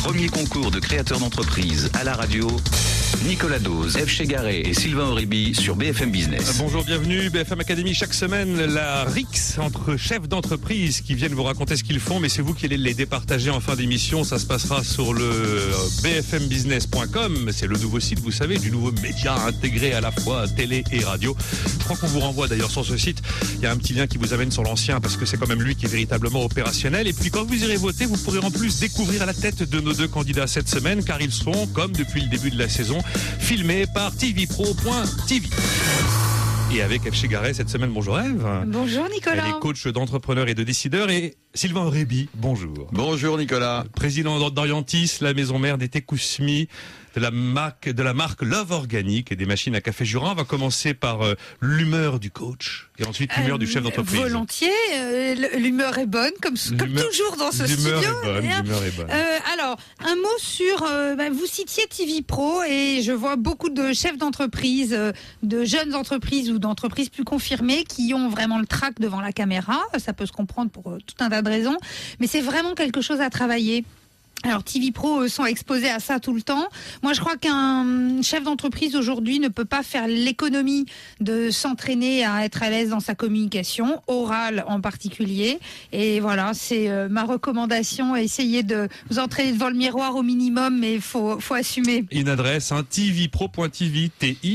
Premier concours de créateurs d'entreprise à la radio. Nicolas Dose, F. Chegaray et Sylvain Aurébi sur BFM Business. Bonjour, bienvenue. BFM Academy, chaque semaine, la rixe entre chefs d'entreprise qui viennent vous raconter ce qu'ils font, mais c'est vous qui allez les départager en fin d'émission. Ça se passera sur le bfmbusiness.com. C'est le nouveau site, vous savez, du nouveau média intégré à la fois télé et radio. Je crois qu'on vous renvoie d'ailleurs sur ce site. Il y a un petit lien qui vous amène sur l'ancien parce que c'est quand même lui qui est véritablement opérationnel. Et puis quand vous irez voter, vous pourrez en plus découvrir la tête de nos deux candidats cette semaine, car ils seront, comme depuis le début de la saison, filmé par tvpro.tv. Et avec F. Chegaray cette semaine, bonjour Ève. Bonjour Nicolas. Elle est coach d'entrepreneurs et de décideurs. Et Sylvain Aurébi, bonjour. Bonjour Nicolas. Président d'Orientis, la maison mère des Tekousmi, de la marque Love Organic et des machines à café Jura. On va commencer par l'humeur du coach et ensuite l'humeur du chef d'entreprise. Volontiers, l'humeur est bonne, comme toujours dans ce studio. L'humeur est bonne. Alors, un mot sur, vous citiez TV Pro et je vois beaucoup de chefs d'entreprise, de jeunes entreprises ou d'entreprises plus confirmées qui ont vraiment le trac devant la caméra. Ça peut se comprendre pour tout un tas de raisons, mais c'est vraiment quelque chose à travailler. Alors, TV Pro sont exposés à ça tout le temps. Moi, je crois qu'un chef d'entreprise aujourd'hui ne peut pas faire l'économie de s'entraîner à être à l'aise dans sa communication, orale en particulier. Et voilà, c'est ma recommandation. Essayez de vous entraîner devant le miroir au minimum, mais faut assumer. Une adresse, tvpro.tv,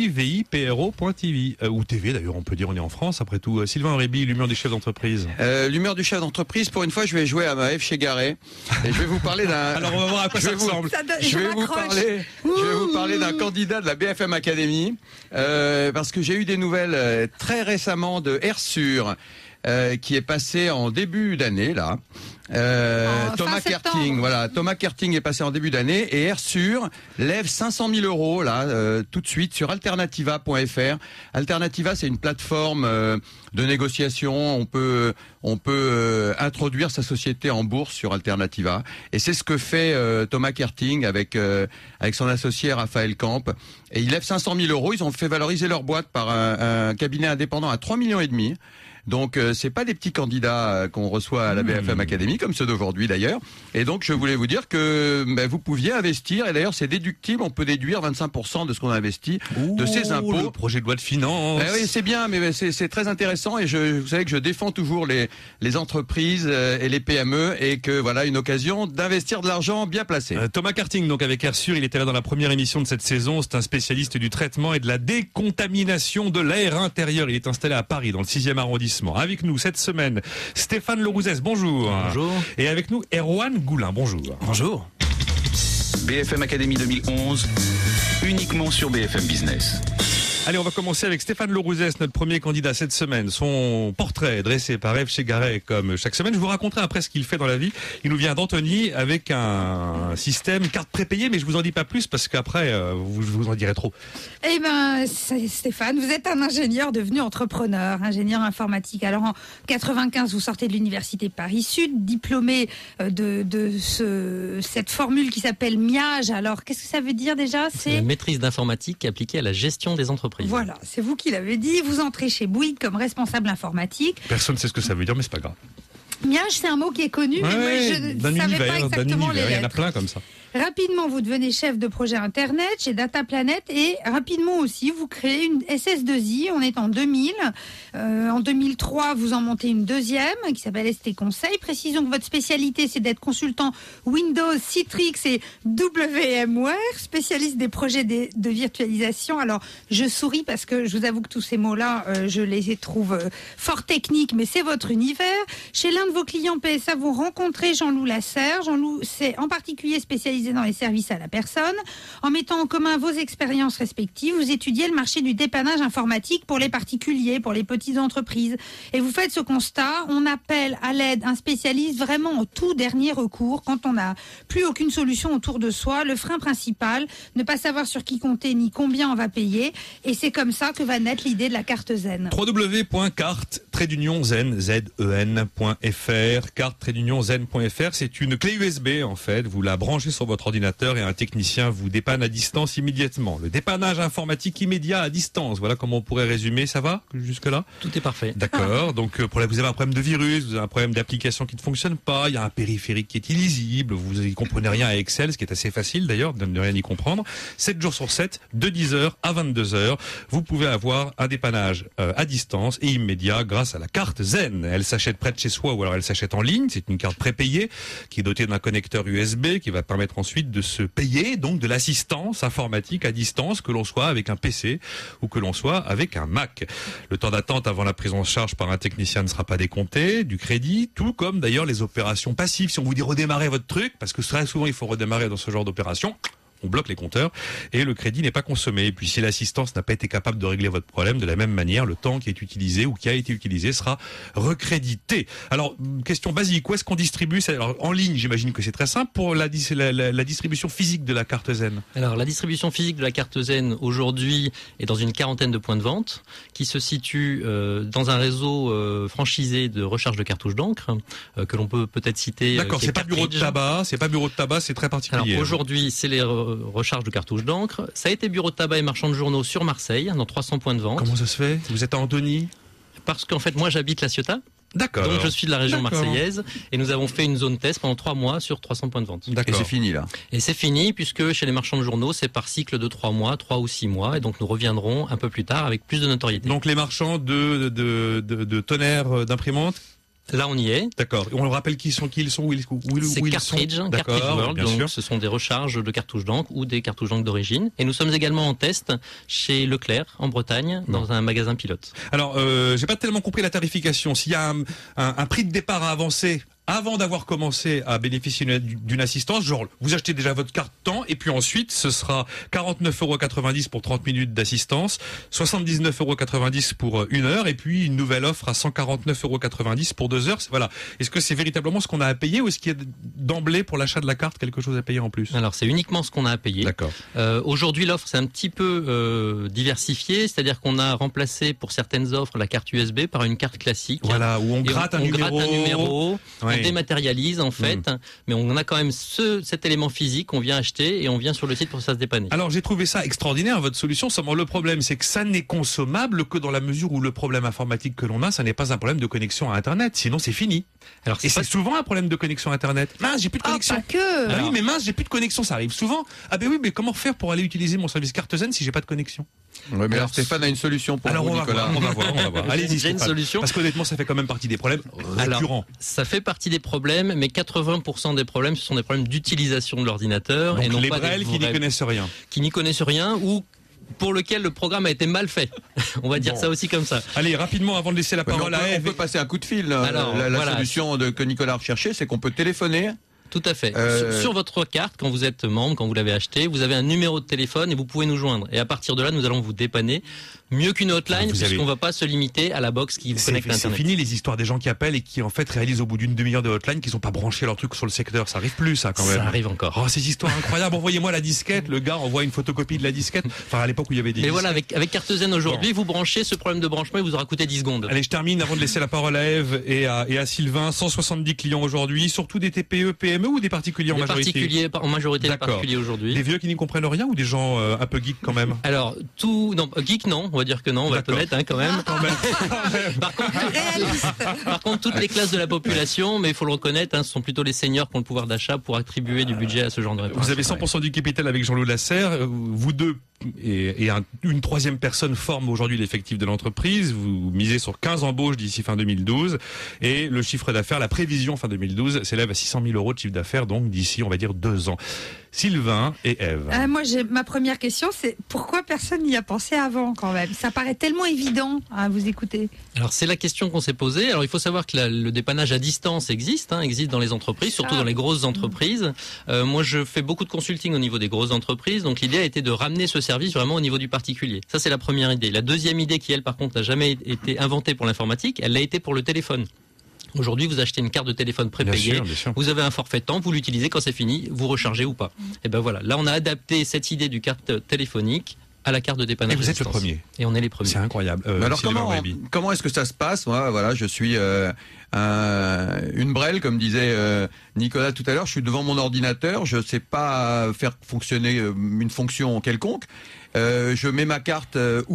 TIVIPRO.tv, ou TV d'ailleurs, on peut dire, on est en France après tout. Sylvain Aurébi, l'humeur du chef d'entreprise. L'humeur du chef d'entreprise, pour une fois, je vais jouer à ma F. Chegaray et je vais vous parler d'un... Alors on va voir à quoi ça ressemble. Je vais vous parler d'un candidat de la BFM Academy parce que j'ai eu des nouvelles très récemment de Airsure qui est passé en début d'année là. Thomas Kerting, voilà, Thomas Kerting est passé en début d'année et Airsure lève 500 000 euros là tout de suite sur alternativa.fr. Alternativa, c'est une plateforme de négociation. On peut introduire sa société en bourse sur Alternativa et c'est ce que fait Thomas Kerting avec son associé Raphaël Camp. Et ils lèvent 500 000 euros. Ils ont fait valoriser leur boîte par un cabinet indépendant à 3,5 millions. Donc c'est pas des petits candidats qu'on reçoit à la BFM Academy comme ceux d'aujourd'hui d'ailleurs. Et donc je voulais vous dire que vous pouviez investir et d'ailleurs c'est déductible, on peut déduire 25% de ce qu'on a investi de ses impôts. Le projet de loi de finances. Oui, c'est bien, mais c'est très intéressant et vous savez que je défends toujours les entreprises et les PME et que voilà une occasion d'investir de l'argent bien placé. Thomas Kerting, donc avec Airsure, il était là dans la première émission de cette saison. C'est un spécialiste du traitement et de la décontamination de l'air intérieur. Il est installé à Paris dans le 6e arrondissement. Avec nous cette semaine, Stéphane Lerouzès, bonjour. Bonjour. Et avec nous, Erwan Goulin, bonjour. Bonjour. BFM Academy 2011, uniquement sur BFM Business. Allez, on va commencer avec Stéphane Lerouzès, notre premier candidat cette semaine. Son portrait dressé par F. Chegaray comme chaque semaine. Je vous raconterai après ce qu'il fait dans la vie. Il nous vient d'Antony avec un système carte prépayée, mais je vous en dis pas plus parce qu'après, je vous en dirai trop. Eh ben, Stéphane, vous êtes un ingénieur devenu entrepreneur, ingénieur informatique. Alors, en 95, vous sortez de l'université Paris-Sud, diplômé de cette formule qui s'appelle MIAGE. Alors, qu'est-ce que ça veut dire déjà? C'est la maîtrise d'informatique appliquée à la gestion des entreprises. Voilà, c'est vous qui l'avez dit. Vous entrez chez Bouygues comme responsable informatique. Personne ne sait ce que ça veut dire, mais c'est pas grave. Miage, c'est un mot qui est connu, mais moi, je ne savais pas exactement les lettres. Il y en a plein comme ça. Rapidement, vous devenez chef de projet Internet chez Data Planet et rapidement aussi, vous créez une SS2I. On est en 2000. En 2003, vous en montez une deuxième qui s'appelle ST Conseil. Précisons que votre spécialité, c'est d'être consultant Windows, Citrix et VMware, spécialiste des projets de virtualisation. Alors, je souris parce que je vous avoue que tous ces mots-là, je les trouve fort techniques, mais c'est votre univers. Chez l'un de vos clients PSA, vous rencontrez Jean-Loup Lasserre. Jean-Loup, c'est en particulier spécialisé dans les services à la personne. En mettant en commun vos expériences respectives, vous étudiez le marché du dépannage informatique pour les particuliers, pour les petites entreprises. Et vous faites ce constat, on appelle à l'aide un spécialiste vraiment au tout dernier recours, quand on n'a plus aucune solution autour de soi. Le frein principal, ne pas savoir sur qui compter ni combien on va payer. Et c'est comme ça que va naître l'idée de la carte Zen. www.carte-zen.fr zen.fr, carte-zen.fr. C'est une clé USB en fait. Vous la branchez sur votre ordinateur et un technicien vous dépanne à distance immédiatement. Le dépannage informatique immédiat à distance. Voilà comment on pourrait résumer. Ça va jusque-là? Tout est parfait. D'accord. Donc vous avez un problème de virus, vous avez un problème d'application qui ne fonctionne pas, il y a un périphérique qui est illisible, vous n'y comprenez rien à Excel, ce qui est assez facile d'ailleurs de ne rien y comprendre. 7 jours sur 7, de 10h à 22h, vous pouvez avoir un dépannage à distance et immédiat grâce à la carte Zen. Elle s'achète près de chez soi ou alors elle s'achète en ligne. C'est une carte prépayée qui est dotée d'un connecteur USB qui va permettre ensuite de se payer donc de l'assistance informatique à distance, que l'on soit avec un PC ou que l'on soit avec un Mac. Le temps d'attente avant la prise en charge par un technicien ne sera pas décompté, du crédit, tout comme d'ailleurs les opérations passives. Si on vous dit redémarrer votre truc, parce que très souvent il faut redémarrer dans ce genre d'opération, on bloque les compteurs et le crédit n'est pas consommé. Et puis si l'assistance n'a pas été capable de régler votre problème, de la même manière, le temps qui est utilisé ou qui a été utilisé sera recrédité. Alors, question basique, où est-ce qu'on distribue? Alors, en ligne, j'imagine que c'est très simple. Pour la distribution physique de la carte Zen. Alors, la distribution physique de la carte Zen, aujourd'hui, est dans une quarantaine de points de vente qui se situent dans un réseau franchisé de recharge de cartouches d'encre que l'on peut peut-être citer. D'accord, c'est pas bureau de tabac, c'est très particulier. Alors, aujourd'hui, c'est les recharge de cartouches d'encre. Ça a été bureau de tabac et marchand de journaux sur Marseille, dans 300 points de vente. Comment ça se fait? Vous êtes à Antony? Parce qu'en fait, moi, j'habite La Ciotat. D'accord. Donc je suis de la région marseillaise et nous avons fait une zone test pendant 3 mois sur 300 points de vente. D'accord. Et c'est fini là. Et c'est fini puisque chez les marchands de journaux, c'est par cycle de 3 mois, 3 ou 6 mois. Et donc nous reviendrons un peu plus tard avec plus de notoriété. Donc les marchands de tonnerres d'imprimantes? Là, on y est. D'accord. On le rappelle qui ils sont, où ils c'est Cartridge, Cartridge World. Donc, sûr. Ce sont des recharges de cartouches d'encre ou des cartouches d'encre d'origine. Et nous sommes également en test chez Leclerc, en Bretagne, dans un magasin pilote. Alors, j'ai pas tellement compris la tarification. S'il y a un prix de départ à avancer avant d'avoir commencé à bénéficier d'une assistance, genre vous achetez déjà votre carte temps et puis ensuite ce sera 49,90 € pour 30 minutes d'assistance, 79,90 € pour 1 heure et puis une nouvelle offre à 149,90 € pour 2 heures. Voilà. Est-ce que c'est véritablement ce qu'on a à payer ou est-ce qu'il y a d'emblée pour l'achat de la carte quelque chose à payer en plus? Alors c'est uniquement ce qu'on a à payer. D'accord. Aujourd'hui l'offre c'est un petit peu diversifié, c'est-à-dire qu'on a remplacé pour certaines offres la carte USB par une carte classique. Voilà, où on gratte un numéro. Ouais. On dématérialise en fait, mais on a quand même cet élément physique qu'on vient acheter et on vient sur le site pour ça se dépanner. Alors j'ai trouvé ça extraordinaire votre solution, seulement le problème c'est que ça n'est consommable que dans la mesure où le problème informatique que l'on a, ça n'est pas un problème de connexion à Internet, sinon c'est fini. Alors c'est souvent un problème de connexion à Internet. Mince, j'ai plus de connexion. Pas que. Ah oui, mais mince, j'ai plus de connexion, ça arrive souvent. Ah ben oui, mais comment faire pour aller utiliser mon service carte Zen si j'ai pas de connexion? Oui, mais alors Stéphane a une solution pour vous, Nicolas. On va voir. Allez-y, j'ai une solution. Parce qu'honnêtement, ça fait quand même partie des problèmes récurrents. Ça fait partie des problèmes, mais 80% des problèmes, ce sont des problèmes d'utilisation de l'ordinateur. Donc et non les pas brels qui n'y connaissent rien. Qui n'y connaissent rien ou pour lequel le programme a été mal fait. On va dire ça aussi comme ça. Allez, rapidement, avant de laisser la parole à Eve. On peut passer un coup de fil. La solution que Nicolas a recherchée, c'est qu'on peut téléphoner. Tout à fait. Sur votre carte, quand vous êtes membre, quand vous l'avez acheté, vous avez un numéro de téléphone et vous pouvez nous joindre. Et à partir de là, nous allons vous dépanner mieux qu'une hotline, puisqu'on ne va pas se limiter à la box qui vous connecte à Internet. C'est fini les histoires des gens qui appellent et qui en fait réalisent au bout d'une demi-heure de hotline qu'ils n'ont pas branché leur truc sur le secteur. Ça arrive plus, ça quand même. Ça arrive encore. Oh, ces histoires incroyables. Envoyez-moi la disquette. Le gars envoie une photocopie de la disquette. Enfin, à l'époque où il y avait des disquettes. Voilà, avec carte Zen aujourd'hui, vous branchez, ce problème de branchement, il vous aura coûté 10 secondes. Allez, je termine avant de laisser la parole à Eve et à Sylvain. 170 clients aujourd'hui, surtout des TPE, PME ou des particuliers en majorité? En majorité, des particuliers aujourd'hui. Des vieux qui n'y comprennent rien ou des gens un peu geeks quand même? Alors, geek non, on va dire que non, on va être honnête quand même. Par contre, toutes les classes de la population, mais il faut le reconnaître, ce sont plutôt les seniors qui ont le pouvoir d'achat pour attribuer du budget à ce genre de réponse. Vous avez 100% du capital avec Jean-Loup Lasserre, vous deux et une troisième personne forme aujourd'hui l'effectif de l'entreprise. Vous misez sur 15 embauches d'ici fin 2012 et le chiffre d'affaires, la prévision fin 2012 s'élève à 600 000 € de chiffre d'affaires, donc d'ici on va dire 2 ans. Sylvain et Eve. Moi, ma première question, c'est pourquoi personne n'y a pensé avant quand même? Ça paraît tellement évident à vous écouter. Alors c'est la question qu'on s'est posée. Alors il faut savoir que le dépannage à distance existe dans les entreprises, surtout dans les grosses entreprises. Moi, je fais beaucoup de consulting au niveau des grosses entreprises, donc l'idée a été de ramener ce service vraiment au niveau du particulier. Ça, c'est la première idée. La deuxième idée qui, elle, par contre, n'a jamais été inventée pour l'informatique, elle l'a été pour le téléphone. Aujourd'hui, vous achetez une carte de téléphone prépayée, vous avez un forfait temps, vous l'utilisez quand c'est fini, vous rechargez ou pas. Et ben voilà, là on a adapté cette idée du carte téléphonique à la carte de dépannage. Et vous à êtes le distance. premier. Et on est les premiers. C'est incroyable. Mais alors Sylvain Aurébi. comment est-ce que ça se passe? Moi, voilà, je suis une brêle, comme disait Nicolas tout à l'heure. Je suis devant mon ordinateur, je sais pas faire fonctionner une fonction quelconque. Je mets ma carte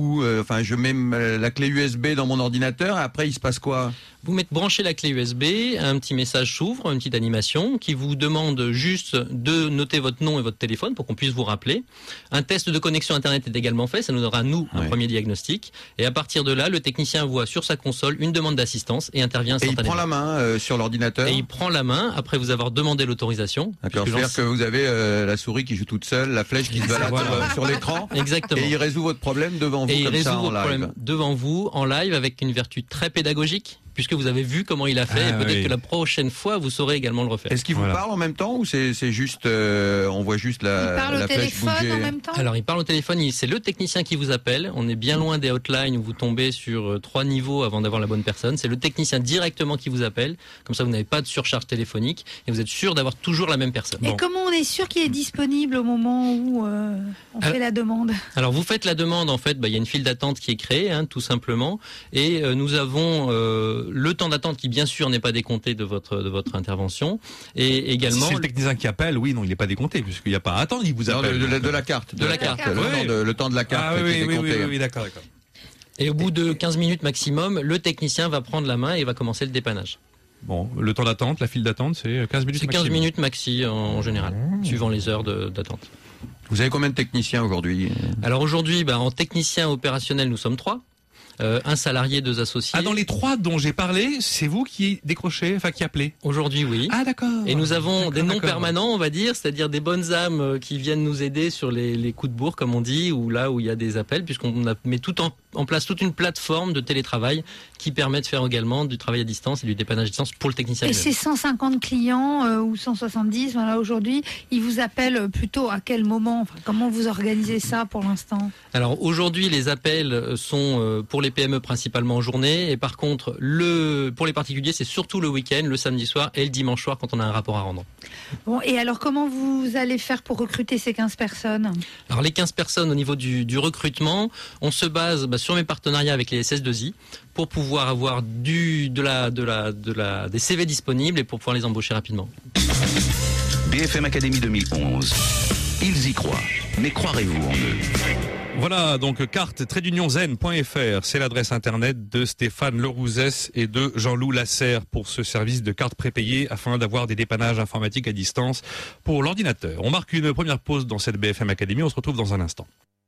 je mets la clé USB dans mon ordinateur. Et après, il se passe quoi? Vous branchez la clé USB, un petit message s'ouvre, une petite animation qui vous demande juste de noter votre nom et votre téléphone pour qu'on puisse vous rappeler. Un test de connexion Internet est également fait, ça nous donnera un premier diagnostic. Et à partir de là, le technicien voit sur sa console une demande d'assistance et intervient instantanément. Et il prend la main sur l'ordinateur? Et il prend la main après vous avoir demandé l'autorisation. D'accord, c'est-à-dire que vous avez la souris qui joue toute seule, la flèche qui se balade sur l'écran. Exactement. Et il résout votre problème devant vous, comme ça, en live. Problème devant vous, en live, avec une vertu très pédagogique, puisque vous avez vu comment il a fait, et peut-être que la prochaine fois, vous saurez également le refaire. Est-ce qu'il vous parle en même temps, ou c'est juste, on voit juste la flèche bouger? Il parle au téléphone en même temps? Alors, il parle au téléphone, c'est le technicien qui vous appelle. On est bien loin des hotlines où vous tombez sur 3 niveaux avant d'avoir la bonne personne. C'est le technicien directement qui vous appelle. Comme ça, vous n'avez pas de surcharge téléphonique et vous êtes sûr d'avoir toujours la même personne. Et comment on est sûr qu'il est disponible au moment où on fait la demande? Alors, vous faites la demande, en fait, il y a une file d'attente qui est créée, tout simplement. Et nous avons le temps d'attente qui, bien sûr, n'est pas décompté de votre intervention. Et également... Si c'est le technicien qui appelle, oui, non, il n'est pas décompté, puisqu'il n'y a pas à attendre, il vous appelle. De la carte. De la carte. Le temps de la carte qui est décompté. Oui, d'accord. Et au bout de 15 minutes maximum, le technicien va prendre la main et va commencer le dépannage. Bon, le temps d'attente, la file d'attente, c'est 15 minutes maxi. C'est 15 minutes maxi en général, suivant les heures d'attente. Vous avez combien de techniciens aujourd'hui? Alors aujourd'hui, en technicien opérationnel, nous sommes 3. Un salarié, 2 associés. Ah, dans les 3 dont j'ai parlé, c'est vous qui décrochez, qui appelez? Aujourd'hui, oui. Ah, d'accord. Et nous avons des noms permanents, on va dire, c'est-à-dire des bonnes âmes qui viennent nous aider sur les coups de bourre, comme on dit, ou là où il y a des appels, puisqu'on met en place toute une plateforme de télétravail qui permet de faire également du travail à distance et du dépannage à distance pour le technicien. Et ces 150 clients ou 170, aujourd'hui, ils vous appellent plutôt à quel moment? Comment vous organisez ça pour l'instant? Alors aujourd'hui, les appels sont pour les PME principalement en journée, et par contre, pour les particuliers, c'est surtout le week-end, le samedi soir et le dimanche soir quand on a un rapport à rendre. Bon, et alors comment vous allez faire pour recruter ces 15 personnes? Alors les 15 personnes au niveau du recrutement, on se base sur mes partenariats avec les SS2I pour pouvoir avoir des CV disponibles et pour pouvoir les embaucher rapidement. BFM Academy 2011. Ils y croient, mais croirez-vous en eux? Voilà, donc carte-zen.fr, c'est l'adresse internet de Stéphane Lerouzès et de Jean-Loup Lasserre pour ce service de carte prépayée afin d'avoir des dépannages informatiques à distance pour l'ordinateur. On marque une première pause dans cette BFM Academy, on se retrouve dans un instant.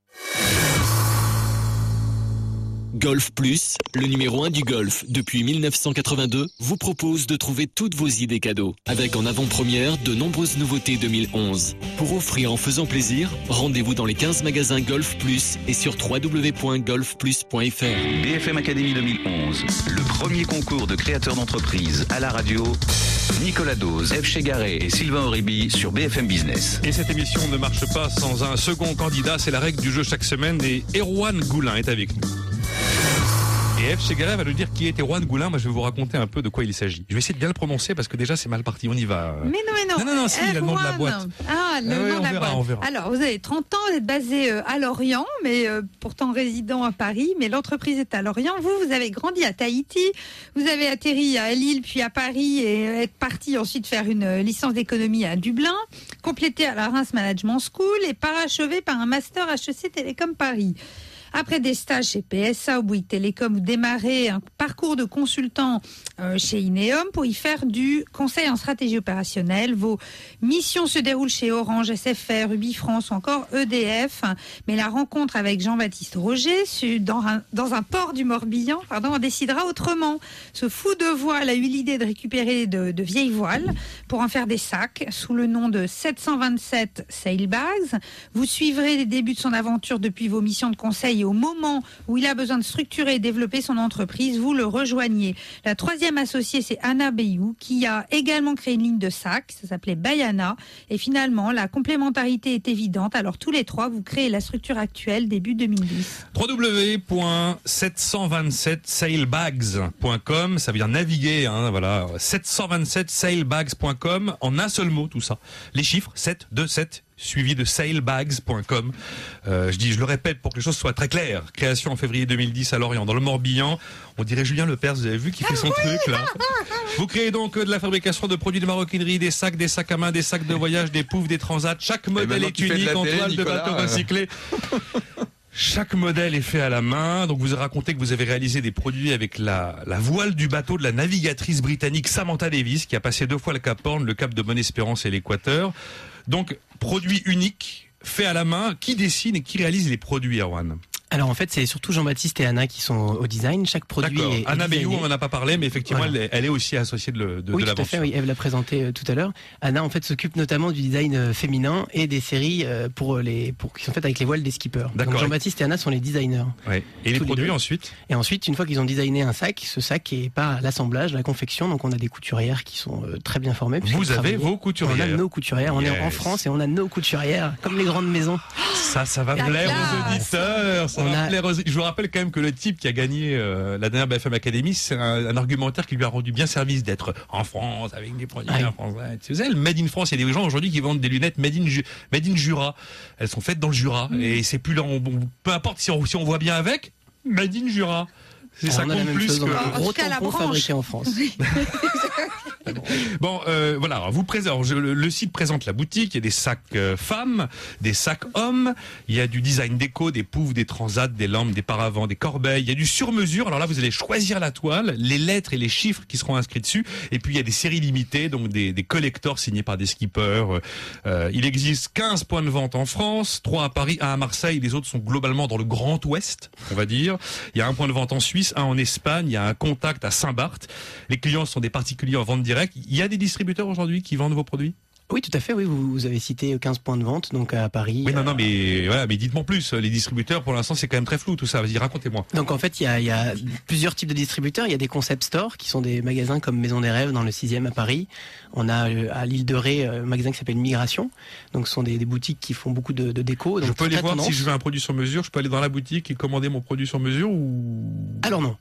Golf Plus, le numéro 1 du golf depuis 1982, vous propose de trouver toutes vos idées cadeaux. Avec en avant-première de nombreuses nouveautés 2011. Pour offrir en faisant plaisir, rendez-vous dans les 15 magasins Golf Plus et sur www.golfplus.fr. BFM Academy 2011, le premier concours de créateurs d'entreprise à la radio. Nicolas Dose, F. Chegaray et Sylvain Aurébi sur BFM Business. Et cette émission ne marche pas sans un second candidat, c'est la règle du jeu chaque semaine et Erwan Goulin est avec nous. Et F. Chegaray va nous dire qui est Erwan Goulin. Moi, je vais vous raconter un peu de quoi il s'agit. Je vais essayer de bien le prononcer parce que déjà, c'est mal parti. On y va. Mais non. Non, si, il a le nom de la boîte. Ah, le nom de la boîte. On verra. Alors, vous avez 30 ans, vous êtes basé à Lorient, mais pourtant résident à Paris. Mais l'entreprise est à Lorient. Vous avez grandi à Tahiti. Vous avez atterri à Lille, puis à Paris et êtes parti ensuite faire une licence d'économie à Dublin, complété à la Reims Management School et parachevé par un master HEC Télécom Paris. Après des stages chez PSA ou Bouygues Télécom, vous démarrez un parcours de consultant chez Ineom pour y faire du conseil en stratégie opérationnelle. Vos missions se déroulent chez Orange, SFR, Ubifrance ou encore EDF. Mais la rencontre avec Jean-Baptiste Roger dans un port du Morbihan en décidera autrement. Ce fou de voile a eu l'idée de récupérer de vieilles voiles pour en faire des sacs sous le nom de 727 Sailbags. Vous suivrez les débuts de son aventure depuis vos missions de conseil et au moment où il a besoin de structurer et développer son entreprise, vous le rejoignez. La troisième associée, c'est Anna Beyou, qui a également créé une ligne de sacs, ça s'appelait Bayana, et finalement, la complémentarité est évidente. Alors tous les trois, vous créez la structure actuelle début 2010. www.727sailbags.com, ça veut dire naviguer, 727sailbags.com, en un seul mot tout ça. Les chiffres, 7, 2, 7, suivi de salebags.com. Je le répète pour que les choses soient très claires. Création en février 2010 à Lorient, dans le Morbihan. On dirait Julien Lepers, vous avez vu, qui fait son truc là. Vous créez donc de la fabrication de produits de maroquinerie, des sacs à main, des sacs de voyage, des poufs, des transats. Chaque modèle est unique en toile de bateau recyclé. Chaque modèle est fait à la main. Donc vous avez raconté que vous avez réalisé des produits avec la voile du bateau de la navigatrice britannique Samantha Davis, qui a passé 2 fois le Cap Horn, le Cap de Bonne-Espérance et l'Équateur. Donc produit unique, fait à la main. Qui dessine et qui réalise les produits, Erwan? Alors en fait, c'est surtout Jean-Baptiste et Anna qui sont au design. Chaque produit D'accord. est Anna designé. Bayou, on n'en a pas parlé, mais effectivement, Voilà. elle est aussi associée de Oui, tout l'aventure. à fait. Oui, Eve l'a présenté tout à l'heure. Anna en fait s'occupe notamment du design féminin et des séries qui sont faites avec les voiles des skippers. D'accord. Donc Jean-Baptiste et Anna sont les designers. Ouais. Et les Tous les produits deux. ensuite? Et ensuite, une fois qu'ils ont designé un sac, ce sac est pas à l'assemblage, à la confection. Donc on a des couturières qui sont très bien formées. puisqu'elles Vous avez travaillent. vos On a couturières. nos couturières. On est en Yes. France et on a nos couturières, comme les grandes maisons. Ça va La plaire aux classe. auditeurs. Ça On va a- plaire aux... Je vous rappelle quand même que le type qui a gagné la dernière BFM Academy, c'est un argumentaire qui lui a rendu bien service d'être en France avec des produits Ah en France. Vous savez, le Made in France, il y a des gens aujourd'hui qui vendent des lunettes Made in Jura. Elles sont faites dans le Jura. Et c'est plus là, peu importe si on voit bien avec, Made in Jura. C'est Alors, ça on a la compte même plus chose, on a que... un En gros tout cas, la tampon branche. fabriqué en France. Bon, voilà, alors, vous présente, le site présente la boutique. Il y a des sacs femmes, des sacs hommes. Il y a du design déco, des poufs, des transats, des lampes, des paravents, des corbeilles. Il y a du sur-mesure. Alors là, vous allez choisir la toile, les lettres et les chiffres qui seront inscrits dessus. Et puis il y a des séries limitées, donc des collectors signés par des skippers. Il existe 15 points de vente en France, 3 à Paris, 1 à Marseille. Les autres sont globalement dans le Grand Ouest, on va dire. Il y a un point de vente en Suisse, un en Espagne. Il y a un contact à Saint-Barth. Les clients sont des particuliers en vente directe. Il y a des distributeurs aujourd'hui qui vendent vos produits? Oui, tout à fait. Oui, vous avez cité 15 points de vente, donc à Paris. Oui, non, mais voilà, mais dites-moi plus. Les distributeurs, pour l'instant, c'est quand même très flou tout ça. Vas-y, racontez-moi. Donc en fait, il y a plusieurs types de distributeurs. Il y a des concept stores qui sont des magasins comme Maison des Rêves dans le 6e à Paris. On a à l'île de Ré un magasin qui s'appelle Migration. Donc ce sont des boutiques qui font beaucoup de déco. Donc Je peux aller très voir tendance. si je veux un produit sur mesure. Je peux aller dans la boutique et commander mon produit sur mesure ou... Alors non.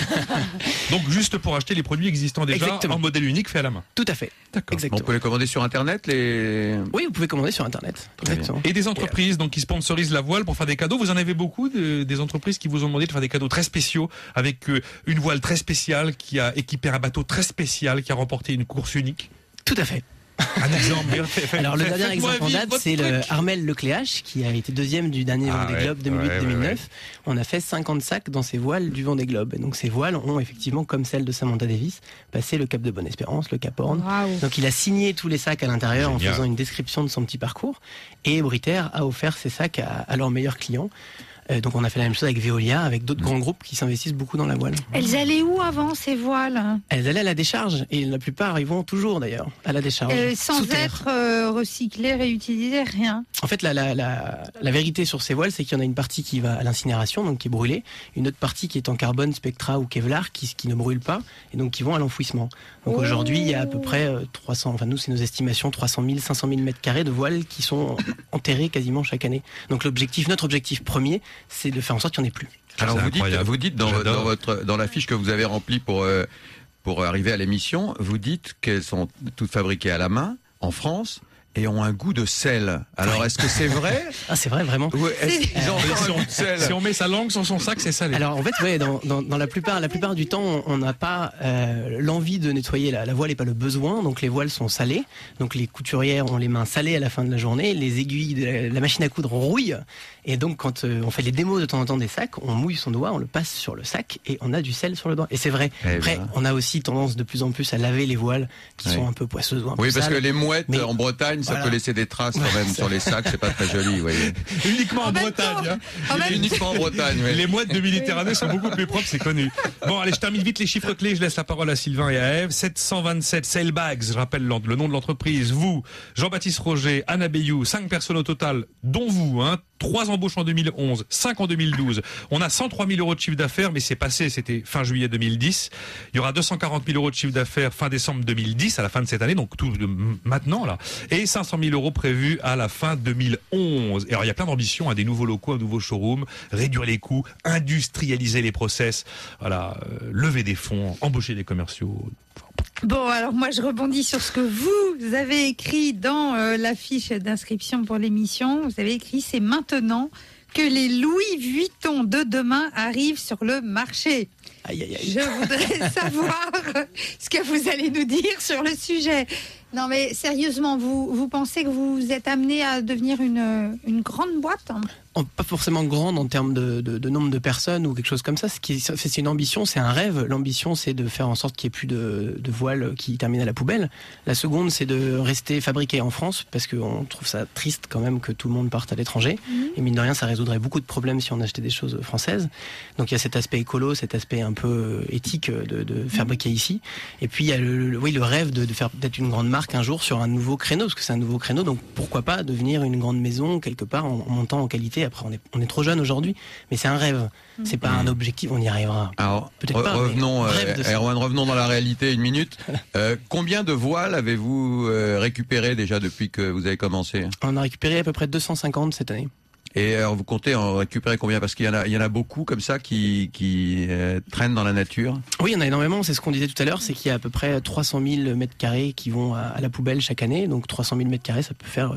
Donc juste pour acheter les produits existants déjà Exactement. en modèle unique fait à la main. Tout à fait. D'accord. On Exactement. peut les commander sur Internet, les... Oui, vous pouvez commander sur Internet. Très Exactement. Et des entreprises donc qui sponsorisent la voile pour faire des cadeaux. Vous en avez beaucoup des entreprises qui vous ont demandé de faire des cadeaux très spéciaux avec une voile très spéciale qui a équipé un bateau très spécial qui a remporté une course unique. Tout à fait. Un exemple. Alors le dernier Faites-moi exemple en vivre date, votre c'est truc. le Armel Lecléache qui a été deuxième du dernier Ah Vendée ouais, Globe 2008-2009. ouais. On a fait 50 sacs dans ces voiles du Vendée Globe. Et donc ces voiles ont effectivement, comme celle de Samantha Davis, passé le Cap de Bonne-Espérance, le Cap Horn. Waouh. Donc il a signé tous les sacs à l'intérieur en Génial. faisant une description de son petit parcours. Et Britair a offert ces sacs à leurs meilleurs clients. Donc on a fait la même chose avec Veolia, avec d'autres grands groupes qui s'investissent beaucoup dans la voile. Elles allaient où avant ces voiles? Elles allaient à la décharge, et la plupart y vont toujours d'ailleurs, à la décharge. Sans sous terre. être recyclées, réutilisées, rien. En fait, la vérité sur ces voiles, c'est qu'il y en a une partie qui va à l'incinération, donc qui est brûlée, une autre partie qui est en carbone, spectra ou Kevlar, qui ne brûle pas, et donc qui vont à l'enfouissement. Donc Oh. aujourd'hui, il y a à peu près 300, enfin nous c'est nos estimations, 300 000, 500 000 mètres carrés de voiles qui sont enterrés quasiment chaque année. Donc notre objectif premier, c'est de faire en sorte qu'il n'y en ait plus. Alors C'est vous dites, incroyable. vous dites J'adore. dans la fiche que vous avez remplie pour arriver à l'émission, vous dites qu'elles sont toutes fabriquées à la main en France et ont un goût de sel. Alors est-ce que c'est vrai? Ah, c'est vrai, vraiment. Ou est-ce qu'ils ont encore un goût de sel? Si on met sa langue sur son sac, c'est salé. Alors en fait, ouais, dans la plupart du temps, on n'a pas l'envie de nettoyer la voile et pas le besoin. Donc les voiles sont salées. Donc les couturières ont les mains salées à la fin de la journée. Les aiguilles de la machine à coudre rouillent. Et donc quand on fait les démos de temps en temps des sacs, on mouille son doigt, on le passe sur le sac et on a du sel sur le doigt. Et c'est vrai. Eh Après, ben. on a aussi tendance de plus en plus à laver les voiles qui Oui. sont un peu poisseuses ou un Oui, peu parce que sales. les mouettes Mais- en Bretagne, ça Voilà. peut laisser des traces quand même sur les sacs, c'est pas très joli, vous voyez. Uniquement en En même Bretagne. temps. Hein. En même Uniquement en Bretagne, oui. Les mouettes de Méditerranée sont beaucoup plus propres, c'est connu. Bon, allez, je termine vite les chiffres clés. Je laisse la parole à Sylvain et à Ève. 727 Sailbags, je rappelle le nom de l'entreprise. Vous, Jean-Baptiste Roger, Anna Bayou, 5 personnes au total, dont vous, 3 embauches en 2011, 5 en 2012. On a 103 000 euros de chiffre d'affaires, mais c'est passé, c'était fin juillet 2010. Il y aura 240 000 euros de chiffre d'affaires fin décembre 2010, à la fin de cette année, donc tout maintenant, là. Et 500 000 euros prévus à la fin 2011. Et alors, il y a plein d'ambitions, des nouveaux locaux, un nouveau showroom, réduire les coûts, industrialiser les process, voilà, lever des fonds, embaucher des commerciaux. Bon, alors moi je rebondis sur ce que vous avez écrit dans la fiche d'inscription pour l'émission. Vous avez écrit: c'est maintenant que les Louis Vuitton de demain arrivent sur le marché. Aïe, aïe, aïe. Je voudrais savoir ce que vous allez nous dire sur le sujet. Non mais sérieusement, vous pensez que vous êtes amené à devenir une grande boîte ? Pas forcément grande en termes de nombre de personnes ou quelque chose comme ça. C'est une ambition, c'est un rêve. L'ambition, c'est de faire en sorte qu'il n'y ait plus de voiles qui terminent à la poubelle. La seconde, c'est de rester fabriqué en France, parce qu'on trouve ça triste quand même que tout le monde parte à l'étranger. Et mine de rien, ça résoudrait beaucoup de problèmes si on achetait des choses françaises. Donc il y a cet aspect écolo, cet aspect un peu éthique de fabriquer ici. Et puis il y a le rêve d'être une grande marque un jour sur un nouveau créneau, parce que c'est un nouveau créneau. Donc pourquoi pas devenir une grande maison quelque part en montant en qualité. Après, on est trop jeune aujourd'hui, mais c'est un rêve. C'est pas un objectif, on y arrivera. Alors, peut-être pas. Revenons, Erwan, revenons dans la réalité une minute. Combien de voiles avez-vous récupéré déjà depuis que vous avez commencé ? On a récupéré à peu près 250 cette année. Et alors, vous comptez en récupérer combien ? Parce qu'il y en a beaucoup comme ça qui traînent dans la nature. Oui, il y en a énormément. C'est ce qu'on disait tout à l'heure, c'est qu'il y a à peu près 300 000 mètres carrés qui vont à la poubelle chaque année. Donc 300 000 mètres carrés, ça peut faire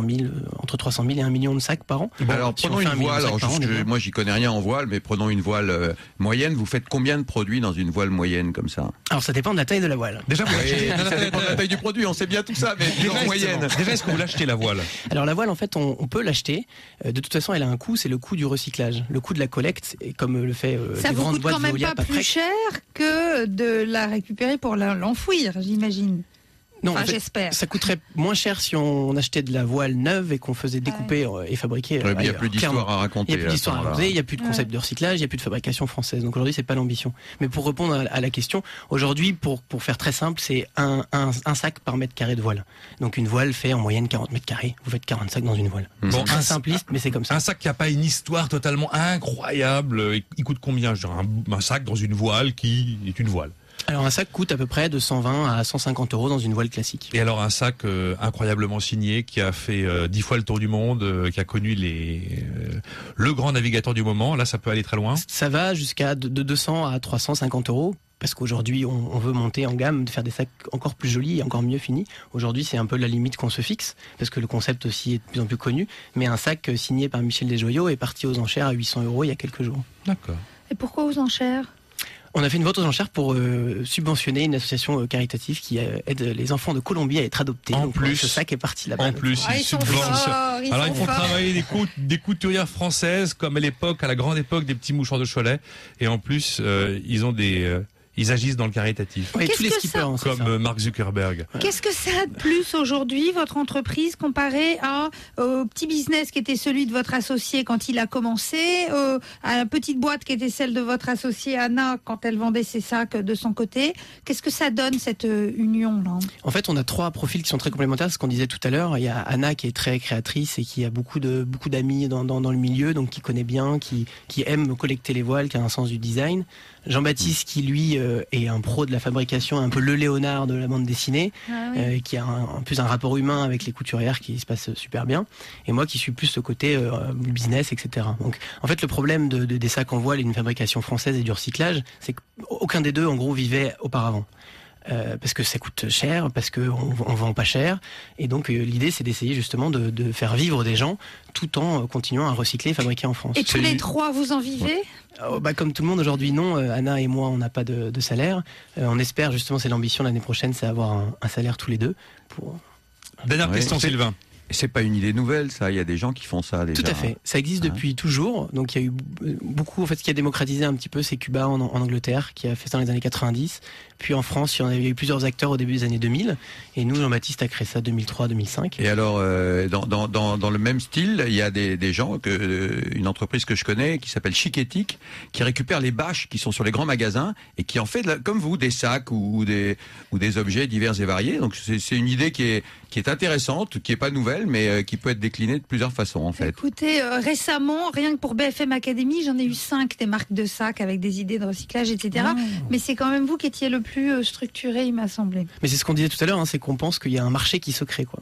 entre 300 000 et 1 million de sacs par an. Bon, alors prenons une voile. Moi, j'y connais rien en voile, mais prenons une voile moyenne. Vous faites combien de produits dans une voile moyenne comme ça ? Alors ça dépend de la taille de la voile. Déjà, ça dépend de la taille du produit. On sait bien tout ça, mais en moyenne. Déjà, est-ce que vous l'achetez la voile ? Alors la voile, en fait, on peut l'acheter. De toute façon, elle a un coût. C'est le coût du recyclage, le coût de la collecte, et comme le fait les grandes boîtes Veolia. Ça vous coûte quand même pas plus cher que de la récupérer pour l'enfouir, j'imagine. Non, enfin, en fait, j'espère. Ça coûterait moins cher si on achetait de la voile neuve et qu'on faisait découper et fabriquer. Il n'y a plus d'histoire à raconter. Il n'y a plus d'histoire à raconter, il n'y a plus de concept de recyclage, il n'y a plus de fabrication française. Donc aujourd'hui, c'est pas l'ambition. Mais pour répondre à la question, aujourd'hui, pour faire très simple, c'est un sac par mètre carré de voile. Donc une voile fait en moyenne 40 mètres carrés. Vous faites 40 sacs dans une voile. Bon, c'est simpliste, mais c'est comme ça. Un sac qui n'a pas une histoire totalement incroyable, il coûte combien ? Je dirais un sac dans une voile qui est une voile. Alors un sac coûte à peu près de 120 à 150 euros dans une voile classique. Et alors un sac incroyablement signé qui a fait 10 fois le tour du monde, qui a connu le grand navigateur du moment, là ça peut aller très loin. Ça va jusqu'à de 200 à 350 euros. Parce qu'aujourd'hui, on veut monter en gamme, faire des sacs encore plus jolis et encore mieux finis. Aujourd'hui, c'est un peu la limite qu'on se fixe, parce que le concept aussi est de plus en plus connu. Mais un sac signé par Michel Desjoyaux est parti aux enchères à 800 euros il y a quelques jours. D'accord. Et pourquoi aux enchères ? On a fait une vente aux enchères pour subventionner une association caritative qui aide les enfants de Colombie à être adoptés. En plus, ce sac est parti là-bas. En plus, ils subventionnent. Alors ils font travailler des couturières françaises comme à la grande époque des petits mouchoirs de Cholet. Et en plus, ils ont ils agissent dans le caritatif. Oui, tous les skippers, comme Mark Zuckerberg. Qu'est-ce que ça a de plus aujourd'hui, votre entreprise, comparé au petit business qui était celui de votre associé quand il a commencé, à la petite boîte qui était celle de votre associée Anna quand elle vendait ses sacs de son côté? Qu'est-ce que ça donne, cette union-là? En fait, on a 3 profils qui sont très complémentaires, ce qu'on disait tout à l'heure. Il y a Anna qui est très créatrice et qui a beaucoup d'amis dans le milieu, donc qui connaît bien, qui aime collecter les voiles, qui a un sens du design. Jean-Baptiste qui lui est un pro de la fabrication, un peu le Léonard de la bande dessinée, qui a en plus un rapport humain avec les couturières qui se passe super bien, et moi qui suis plus le côté business, etc. Donc en fait le problème des sacs en voile et d'une fabrication française et du recyclage, c'est qu'aucun des deux en gros vivait auparavant. Parce que ça coûte cher, parce qu'on vend pas cher, et donc l'idée c'est d'essayer justement de faire vivre des gens tout en continuant à recycler et fabriquer en France. Et tous les 3 vous en vivez? Comme tout le monde aujourd'hui, non. Anna et moi on n'a pas de salaire. On espère justement, c'est l'ambition l'année prochaine, c'est avoir un salaire tous les deux. Dernière question, Sylvain. C'est pas une idée nouvelle, ça. Il y a des gens qui font ça déjà. Tout à fait. Ça existe depuis toujours. Donc il y a eu beaucoup. En fait, ce qui a démocratisé un petit peu, c'est Cuba en Angleterre, qui a fait ça dans les années 90. Puis en France, il y a eu plusieurs acteurs au début des années 2000. Et nous, Jean-Baptiste a créé ça 2003-2005. Et alors, dans le même style, il y a des gens, une entreprise que je connais qui s'appelle Chic-Éthique, qui récupère les bâches qui sont sur les grands magasins et qui en fait, comme vous, des sacs ou des objets divers et variés. Donc c'est une idée qui est intéressante, qui est pas nouvelle, mais qui peut être déclinée de plusieurs façons en fait. Écoutez, récemment, rien que pour BFM Academy, j'en ai eu 5 des marques de sacs avec des idées de recyclage, etc. Mais c'est quand même vous qui étiez le plus structuré, il m'a semblé. Mais c'est ce qu'on disait tout à l'heure, c'est qu'on pense qu'il y a un marché qui se crée, quoi.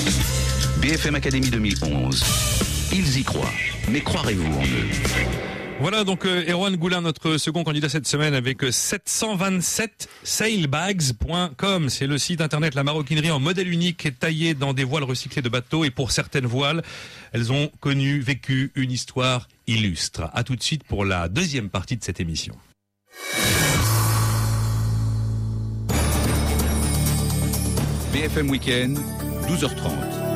BFM Academy 2011. Ils y croient, mais croirez-vous en eux? Voilà donc Erwan Goulin, notre second candidat cette semaine, avec 727 sailbags.com. C'est le site internet, la maroquinerie en modèle unique taillée dans des voiles recyclées de bateaux. Et pour certaines voiles, elles ont vécu une histoire illustre. À tout de suite pour la deuxième partie de cette émission. BFM Week-end, 12h30.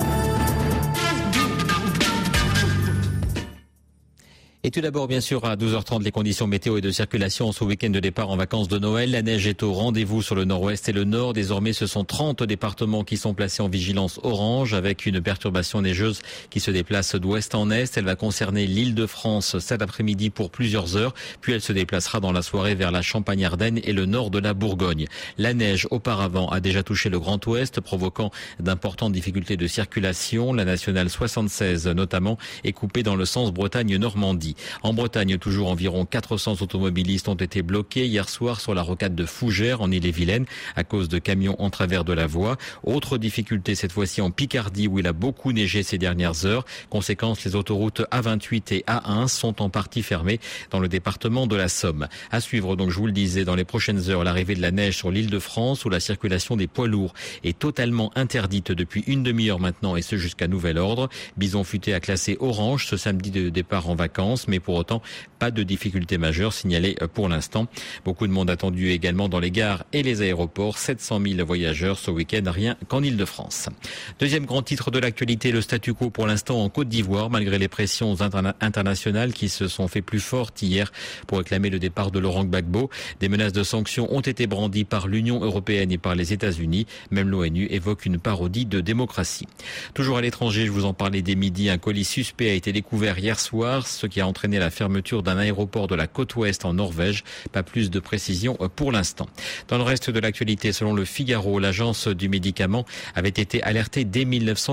Et tout d'abord, bien sûr, à 12h30, les conditions météo et de circulation ce week-end de départ en vacances de Noël. La neige est au rendez-vous sur le nord-ouest et le nord. Désormais, ce sont 30 départements qui sont placés en vigilance orange avec une perturbation neigeuse qui se déplace d'ouest en est. Elle va concerner l'Île-de-France cet après-midi pour plusieurs heures. Puis elle se déplacera dans la soirée vers la Champagne-Ardenne et le nord de la Bourgogne. La neige, auparavant, a déjà touché le Grand Ouest, provoquant d'importantes difficultés de circulation. La nationale 76, notamment, est coupée dans le sens Bretagne-Normandie. En Bretagne, toujours environ 400 automobilistes ont été bloqués hier soir sur la rocade de Fougères en Ille-et-Vilaine à cause de camions en travers de la voie. Autre difficulté cette fois-ci en Picardie où il a beaucoup neigé ces dernières heures. Conséquence, les autoroutes A28 et A1 sont en partie fermées dans le département de la Somme. À suivre donc, je vous le disais, dans les prochaines heures, l'arrivée de la neige sur l'Île-de-France où la circulation des poids lourds est totalement interdite depuis une demi-heure maintenant et ce jusqu'à nouvel ordre. Bison Futé a classé orange ce samedi de départ en vacances, mais pour autant, pas de difficultés majeures signalées pour l'instant. Beaucoup de monde attendu également dans les gares et les aéroports. 700 000 voyageurs ce week-end, rien qu'en Île-de-France. Deuxième grand titre de l'actualité, le statu quo pour l'instant en Côte d'Ivoire, malgré les pressions internationales qui se sont fait plus fortes hier pour réclamer le départ de Laurent Gbagbo. Des menaces de sanctions ont été brandies par l'Union européenne et par les États-Unis. Même l'ONU évoque une parodie de démocratie. Toujours à l'étranger, je vous en parlais dès midi, un colis suspect a été découvert hier soir, ce qui a entraîné la fermeture d'un aéroport de la côte ouest en Norvège. Pas plus de précision pour l'instant. Dans le reste de l'actualité, selon le Figaro, l'agence du médicament avait été alertée dès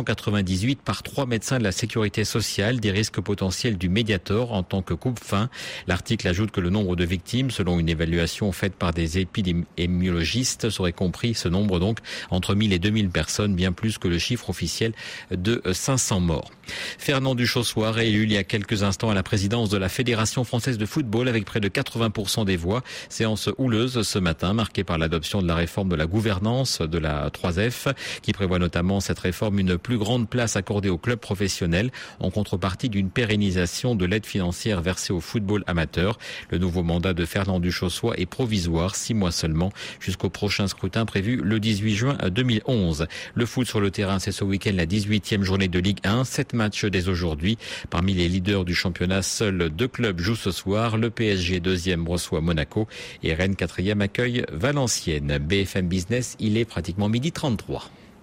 1998 par 3 médecins de la sécurité sociale des risques potentiels du Mediator en tant que coupe-faim. L'article ajoute que le nombre de victimes, selon une évaluation faite par des épidémiologistes, serait compris, ce nombre donc, entre 1000 et 2000 personnes, bien plus que le chiffre officiel de 500 morts. Fernand Duchossoir, réélu il y a quelques instants à la présidence de la Fédération française de football avec près de 80% des voix. Séance houleuse ce matin, marquée par l'adoption de la réforme de la gouvernance de la 3F, qui prévoit notamment cette réforme une plus grande place accordée aux clubs professionnels en contrepartie d'une pérennisation de l'aide financière versée au football amateur. Le nouveau mandat de Fernand Duchossoir est provisoire, 6 mois seulement, jusqu'au prochain scrutin prévu le 18 juin 2011. Le foot sur le terrain, c'est ce week-end la 18e journée de Ligue 1, 7 matchs dès aujourd'hui. Parmi les leaders du championnat, seuls 2 clubs jouent ce soir. Le PSG 2e reçoit Monaco et Rennes 4e accueille Valenciennes. BFM Business, il est pratiquement 12h33.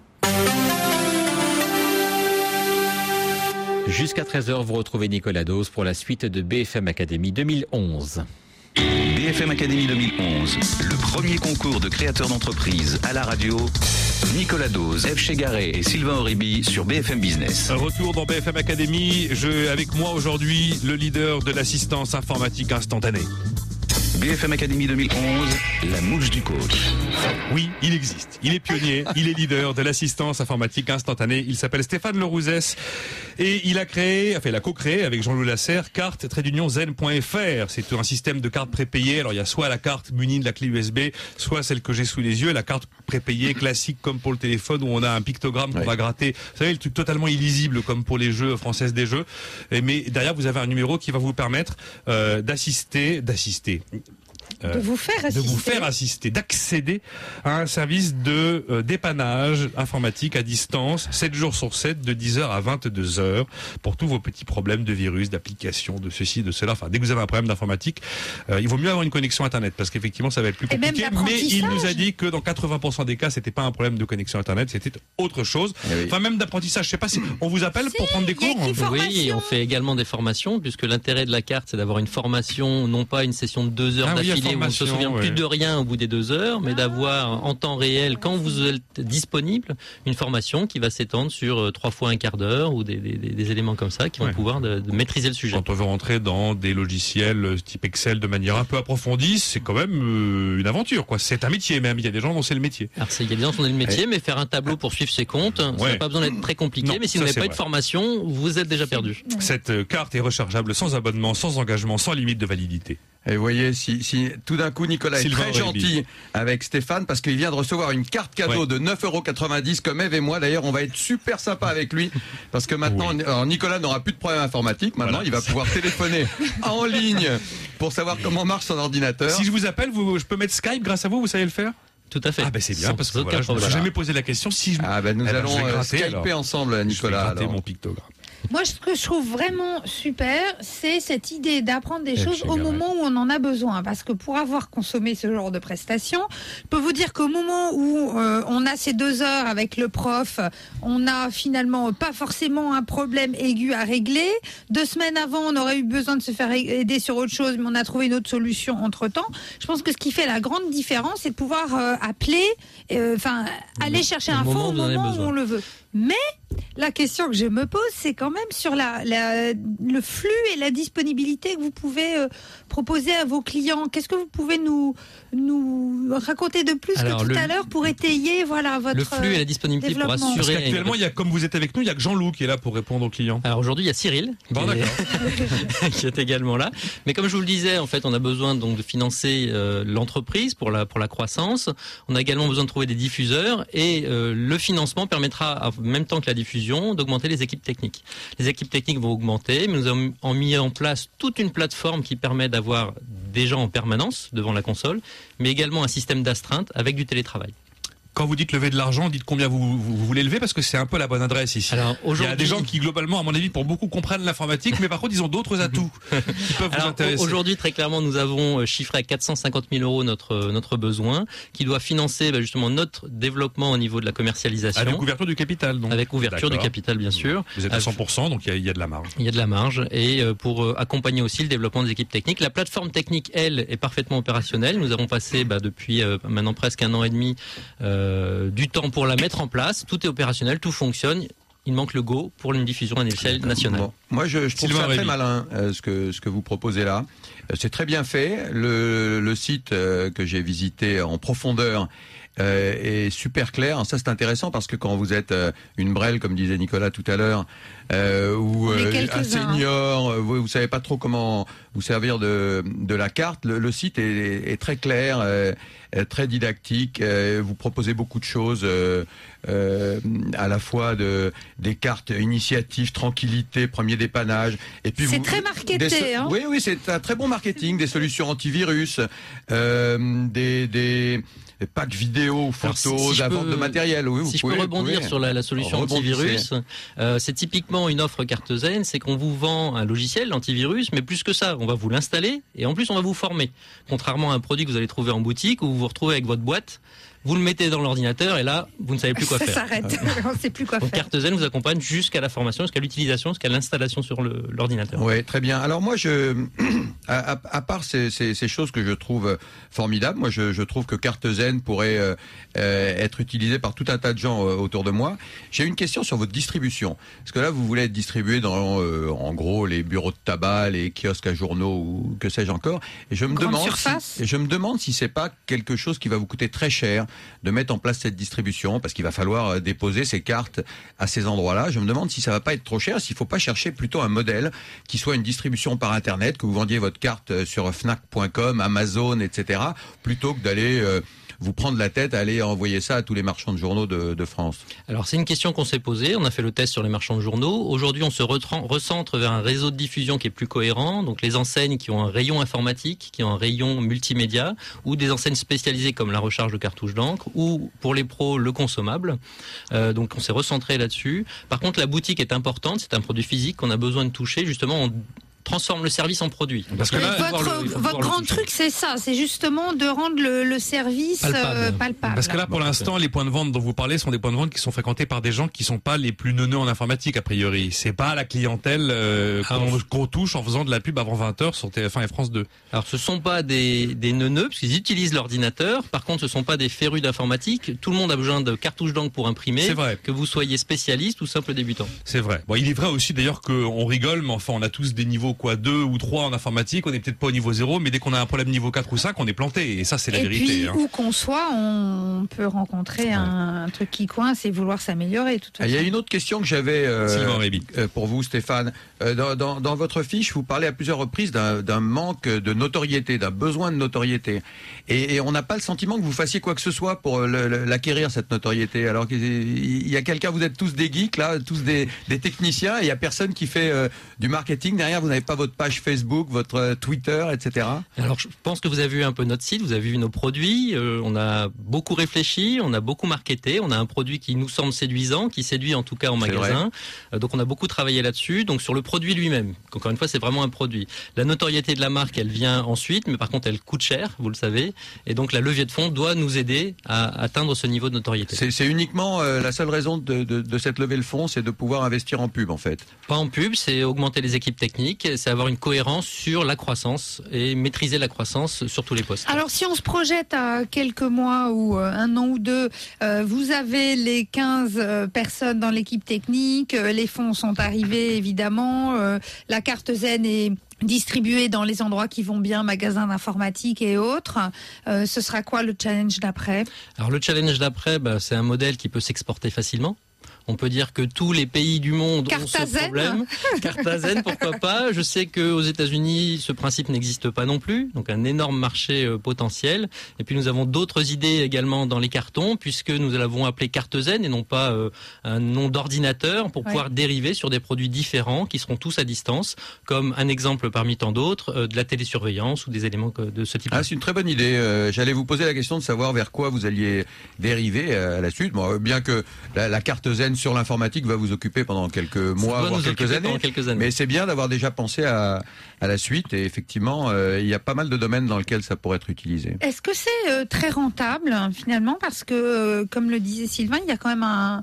Jusqu'à 13h, vous retrouvez Nicolas Dose pour la suite de BFM Academy 2011. BFM Academy 2011, le premier concours de créateurs d'entreprise à la radio. Nicolas Dose, F. Chegaray et Sylvain Oribi sur BFM Business. Retour dans BFM Academy. Avec moi aujourd'hui, le leader de l'assistance informatique instantanée. BFM Academy 2011, la mouche du coach. Oui, il existe. Il est pionnier, il est leader de l'assistance informatique instantanée. Il s'appelle Stéphane Lerouzès et il a co-créé avec Jean-Louis Lasserre carte-zen.fr. C'est un système de cartes prépayées. Alors il y a soit la carte munie de la clé USB, soit celle que j'ai sous les yeux, la carte prépayée classique comme pour le téléphone où on a un pictogramme qu'on va gratter. Vous savez, le truc totalement illisible comme pour les jeux françaises des jeux. Mais derrière, vous avez un numéro qui va vous permettre d'assister. De vous faire assister, d'accéder à un service de dépannage informatique à distance, 7 jours sur 7, de 10h à 22h, pour tous vos petits problèmes de virus, d'applications, de ceci, de cela. Enfin, dès que vous avez un problème d'informatique, il vaut mieux avoir une connexion Internet, parce qu'effectivement, ça va être plus compliqué. Mais il nous a dit que dans 80% des cas, c'était pas un problème de connexion Internet, c'était autre chose. Enfin, même d'apprentissage. Je sais pas si on vous appelle pour prendre des cours. Oui, on fait également des formations, puisque l'intérêt de la carte, c'est d'avoir une formation, non pas une session de 2 heures d'affilée où on se souvient plus de rien au bout des 2 heures, mais d'avoir en temps réel, quand vous êtes disponible, une formation qui va s'étendre sur 3 fois un quart d'heure ou des éléments comme ça qui vont pouvoir de maîtriser le sujet. Quand on veut rentrer dans des logiciels type Excel de manière un peu approfondie, c'est quand même une aventure, quoi. C'est un métier même. Il y a des gens dont c'est le métier. Alors il y a des gens dont c'est le métier, mais faire un tableau pour suivre ses comptes, ça n'a pas besoin d'être très compliqué. Mais si vous n'avez pas eu de formation, vous êtes déjà perdu. Cette carte est rechargeable sans abonnement, sans engagement, sans limite de validité. Et vous voyez, si tout d'un coup Nicolas est très gentil avec Stéphane parce qu'il vient de recevoir une carte cadeau de 9,90 € comme Eve et moi. D'ailleurs, on va être super sympa avec lui parce que maintenant, alors Nicolas n'aura plus de problème informatique. Maintenant, il va pouvoir téléphoner en ligne pour savoir comment marche son ordinateur. Si je vous appelle, je peux mettre Skype grâce à vous, vous savez le faire ? Tout à fait. Ah ben c'est bien parce que je ne me suis jamais posé la question. Si nous allons skyper ensemble, Nicolas. Je vais mon pictogramme. Moi, ce que je trouve vraiment super, c'est cette idée d'apprendre des choses au moment où on en a besoin. Parce que pour avoir consommé ce genre de prestations, je peux vous dire qu'au moment où on a ces 2 heures avec le prof, on n'a finalement pas forcément un problème aigu à régler. 2 semaines avant, on aurait eu besoin de se faire aider sur autre chose, mais on a trouvé une autre solution entre-temps. Je pense que ce qui fait la grande différence, c'est de pouvoir appeler, aller chercher l'info au moment où on le veut. Mais la question que je me pose, c'est quand même sur le flux et la disponibilité que vous pouvez proposer à vos clients. Qu'est-ce que vous pouvez nous raconter de plus que tout à l'heure pour étayer votre le flux et la disponibilité pour assurer. Parce qu'actuellement, comme vous êtes avec nous, il y a que Jean-Loup qui est là pour répondre aux clients. Alors aujourd'hui, il y a Cyril qui est également là. Mais comme je vous le disais, en fait, on a besoin donc de financer l'entreprise pour la croissance. On a également besoin de trouver des diffuseurs et le financement permettra en même temps que la diffusion, d'augmenter les équipes techniques. Les équipes techniques vont augmenter, mais nous avons mis en place toute une plateforme qui permet d'avoir des gens en permanence devant la console, mais également un système d'astreinte avec du télétravail. Quand vous dites lever de l'argent, dites combien vous voulez lever parce que c'est un peu la bonne adresse ici. Alors, il y a des gens qui globalement, à mon avis, pour beaucoup comprennent l'informatique, mais par contre ils ont d'autres atouts qui peuvent vous intéresser. Aujourd'hui, très clairement, nous avons chiffré à 450 000 € notre besoin, qui doit financer justement notre développement au niveau de la commercialisation. Avec ouverture du capital, donc. Avec ouverture du capital, bien sûr. Vous êtes à 100%, donc il y a de la marge. Il y a de la marge et pour accompagner aussi le développement des équipes techniques. La plateforme technique, elle, est parfaitement opérationnelle. Nous avons passé depuis maintenant presque 1 an et demi du temps pour la mettre en place. Tout est opérationnel, tout fonctionne. Il manque le go pour une diffusion à l'échelle nationale. Bon, moi, je trouve ça très malin ce que vous proposez là. C'est très bien fait. Le site que j'ai visité en profondeur est super clair. Ça, c'est intéressant parce que quand vous êtes une brêle, comme disait Nicolas tout à l'heure, ou un senior, vous savez pas trop comment vous servir de la carte, le site est très clair, très didactique. Vous proposez beaucoup de choses, à la fois des cartes initiatives, tranquillité, premier dépannage, et puis c'est très marketé. Oui, c'est un très bon marketing, des solutions antivirus, des packs vidéo, photos, la vente de matériel. Oui, si je peux rebondir sur la solution antivirus, c'est typiquement une offre Cartezen, c'est qu'on vous vend un logiciel antivirus, mais plus que ça, on va vous l'installer et en plus on va vous former. Contrairement à un produit que vous allez trouver en boutique où vous vous retrouvez avec votre boîte, vous le mettez dans l'ordinateur et là, vous ne savez plus quoi faire. Ça s'arrête, on ne sait plus quoi Donc, faire. Cartezen vous accompagne jusqu'à la formation, jusqu'à l'utilisation, jusqu'à l'installation sur l'ordinateur. Oui, très bien. Alors moi, à part ces choses que je trouve formidables, moi je trouve que Cartezen pourrait être utilisé par tout un tas de gens autour de moi. J'ai une question sur votre distribution. Parce que là, vous voulez être distribué dans, en gros, les bureaux de tabac, les kiosques à journaux ou que sais-je encore. Et je me demande si c'est pas quelque chose qui va vous coûter très cher de mettre en place cette distribution, parce qu'il va falloir déposer ces cartes à ces endroits-là. Je me demande si ça va pas être trop cher, s'il faut pas chercher plutôt un modèle qui soit une distribution par Internet, que vous vendiez votre carte sur Fnac.com, Amazon, etc., plutôt que d'aller vous prendre la tête à aller envoyer ça à tous les marchands de journaux de France. Alors c'est une question qu'on s'est posée, on a fait le test sur les marchands de journaux. Aujourd'hui on se recentre vers un réseau de diffusion qui est plus cohérent, donc les enseignes qui ont un rayon informatique, qui ont un rayon multimédia, ou des enseignes spécialisées comme la recharge de cartouches d'encre, ou pour les pros le consommable. Donc on s'est recentré là-dessus. Par contre la boutique est importante, c'est un produit physique qu'on a besoin de toucher justement transforme le service en produit. Parce que là, votre grand truc, c'est ça, c'est justement de rendre le service palpable. Parce que là, pour l'instant, les points de vente dont vous parlez sont des points de vente qui sont fréquentés par des gens qui sont pas les plus neuneux en informatique, a priori. C'est pas la clientèle qu'on touche en faisant de la pub avant 20h sur TF1 et France 2. Alors, ce sont pas des neuneux, parce qu'ils utilisent l'ordinateur. Par contre, ce sont pas des férus d'informatique. Tout le monde a besoin de cartouches d'encre pour imprimer. C'est vrai. Que vous soyez spécialiste ou simple débutant. C'est vrai. Bon, il est vrai aussi d'ailleurs qu'on rigole, mais enfin, on a tous des niveaux 2 ou 3 en informatique. On n'est peut-être pas au niveau 0, mais dès qu'on a un problème niveau 4 ou 5, on est planté. Et ça, c'est la vérité. Et puis, où qu'on soit, on peut rencontrer un truc qui coince et vouloir s'améliorer. Il y a une autre question que j'avais pour vous, Stéphane. Dans votre fiche, vous parlez à plusieurs reprises d'un manque de notoriété, d'un besoin de notoriété. Et on n'a pas le sentiment que vous fassiez quoi que ce soit pour l'acquérir, cette notoriété. Alors qu'il y a quelqu'un, vous êtes tous des geeks, là, tous des techniciens, et il n'y a personne qui fait du marketing. Derrière, vous n'avez pas votre page Facebook, votre Twitter, etc. Alors, je pense que vous avez vu un peu notre site, vous avez vu nos produits. On a beaucoup réfléchi, on a beaucoup marketé. On a un produit qui nous semble séduisant, qui séduit en tout cas en magasin. Donc, on a beaucoup travaillé là-dessus. Donc, sur le produit lui-même, encore une fois, c'est vraiment un produit. La notoriété de la marque, elle vient ensuite, mais par contre, elle coûte cher, vous le savez. Et donc, la levée de fonds doit nous aider à atteindre ce niveau de notoriété. C'est uniquement la seule raison de cette levée de fonds, c'est de pouvoir investir en pub, en fait. Pas en pub, c'est augmenter les équipes techniques, c'est avoir une cohérence sur la croissance et maîtriser la croissance sur tous les postes. Alors, si on se projette à quelques mois ou un an ou deux, vous avez les 15 personnes dans l'équipe technique, les fonds sont arrivés évidemment, la carte Zen est distribuée dans les endroits qui vont bien, magasins d'informatique et autres. Ce sera quoi le challenge d'après ? Alors le challenge d'après, c'est un modèle qui peut s'exporter facilement. On peut dire que tous les pays du monde ont ce problème. Carte Zen, pourquoi pas. Je sais qu'aux États-Unis, ce principe n'existe pas non plus. Donc un énorme marché potentiel. Et puis nous avons d'autres idées également dans les cartons, puisque nous l'avons appelé Carte Zen et non pas un nom d'ordinateur pour pouvoir dériver sur des produits différents qui seront tous à distance, comme un exemple parmi tant d'autres, de la télésurveillance ou des éléments de ce type. Ah, c'est une très bonne idée. J'allais vous poser la question de savoir vers quoi vous alliez dériver à la suite. Bon, bien que la Carte Zen sur l'informatique va vous occuper pendant quelques mois, voire quelques années. Mais c'est bien d'avoir déjà pensé à la suite. Et effectivement, il y a pas mal de domaines dans lesquels ça pourrait être utilisé. Est-ce que c'est très rentable, finalement ? Parce que, comme le disait Sylvain, il y a quand même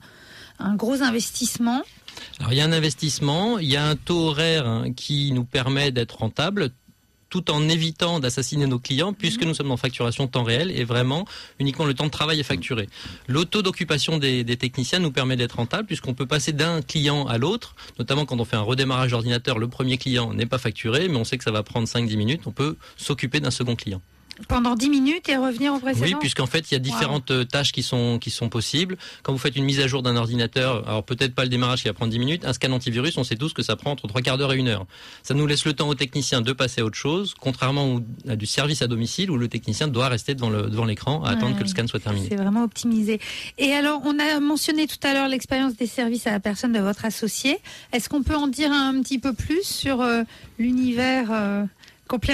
un gros investissement. Alors, il y a un investissement, il y a un taux horaire qui nous permet d'être rentable, tout en évitant d'assassiner nos clients, puisque nous sommes en facturation temps réel et vraiment uniquement le temps de travail est facturé. Le taux d'occupation des techniciens nous permet d'être rentable, puisqu'on peut passer d'un client à l'autre, notamment quand on fait un redémarrage d'ordinateur, le premier client n'est pas facturé, mais on sait que ça va prendre 5-10 minutes, on peut s'occuper d'un second client. Pendant 10 minutes et revenir au précédent ? Oui, puisqu'en fait, il y a différentes tâches qui sont possibles. Quand vous faites une mise à jour d'un ordinateur, alors peut-être pas le démarrage qui va prendre 10 minutes, un scan antivirus, on sait tous que ça prend entre 3 quarts d'heure et 1 heure. Ça nous laisse le temps aux techniciens de passer à autre chose, contrairement à du service à domicile où le technicien doit rester devant l'écran à attendre que le scan soit terminé. C'est vraiment optimisé. Et alors, on a mentionné tout à l'heure l'expérience des services à la personne de votre associé. Est-ce qu'on peut en dire un petit peu plus sur l'univers complémentaire ?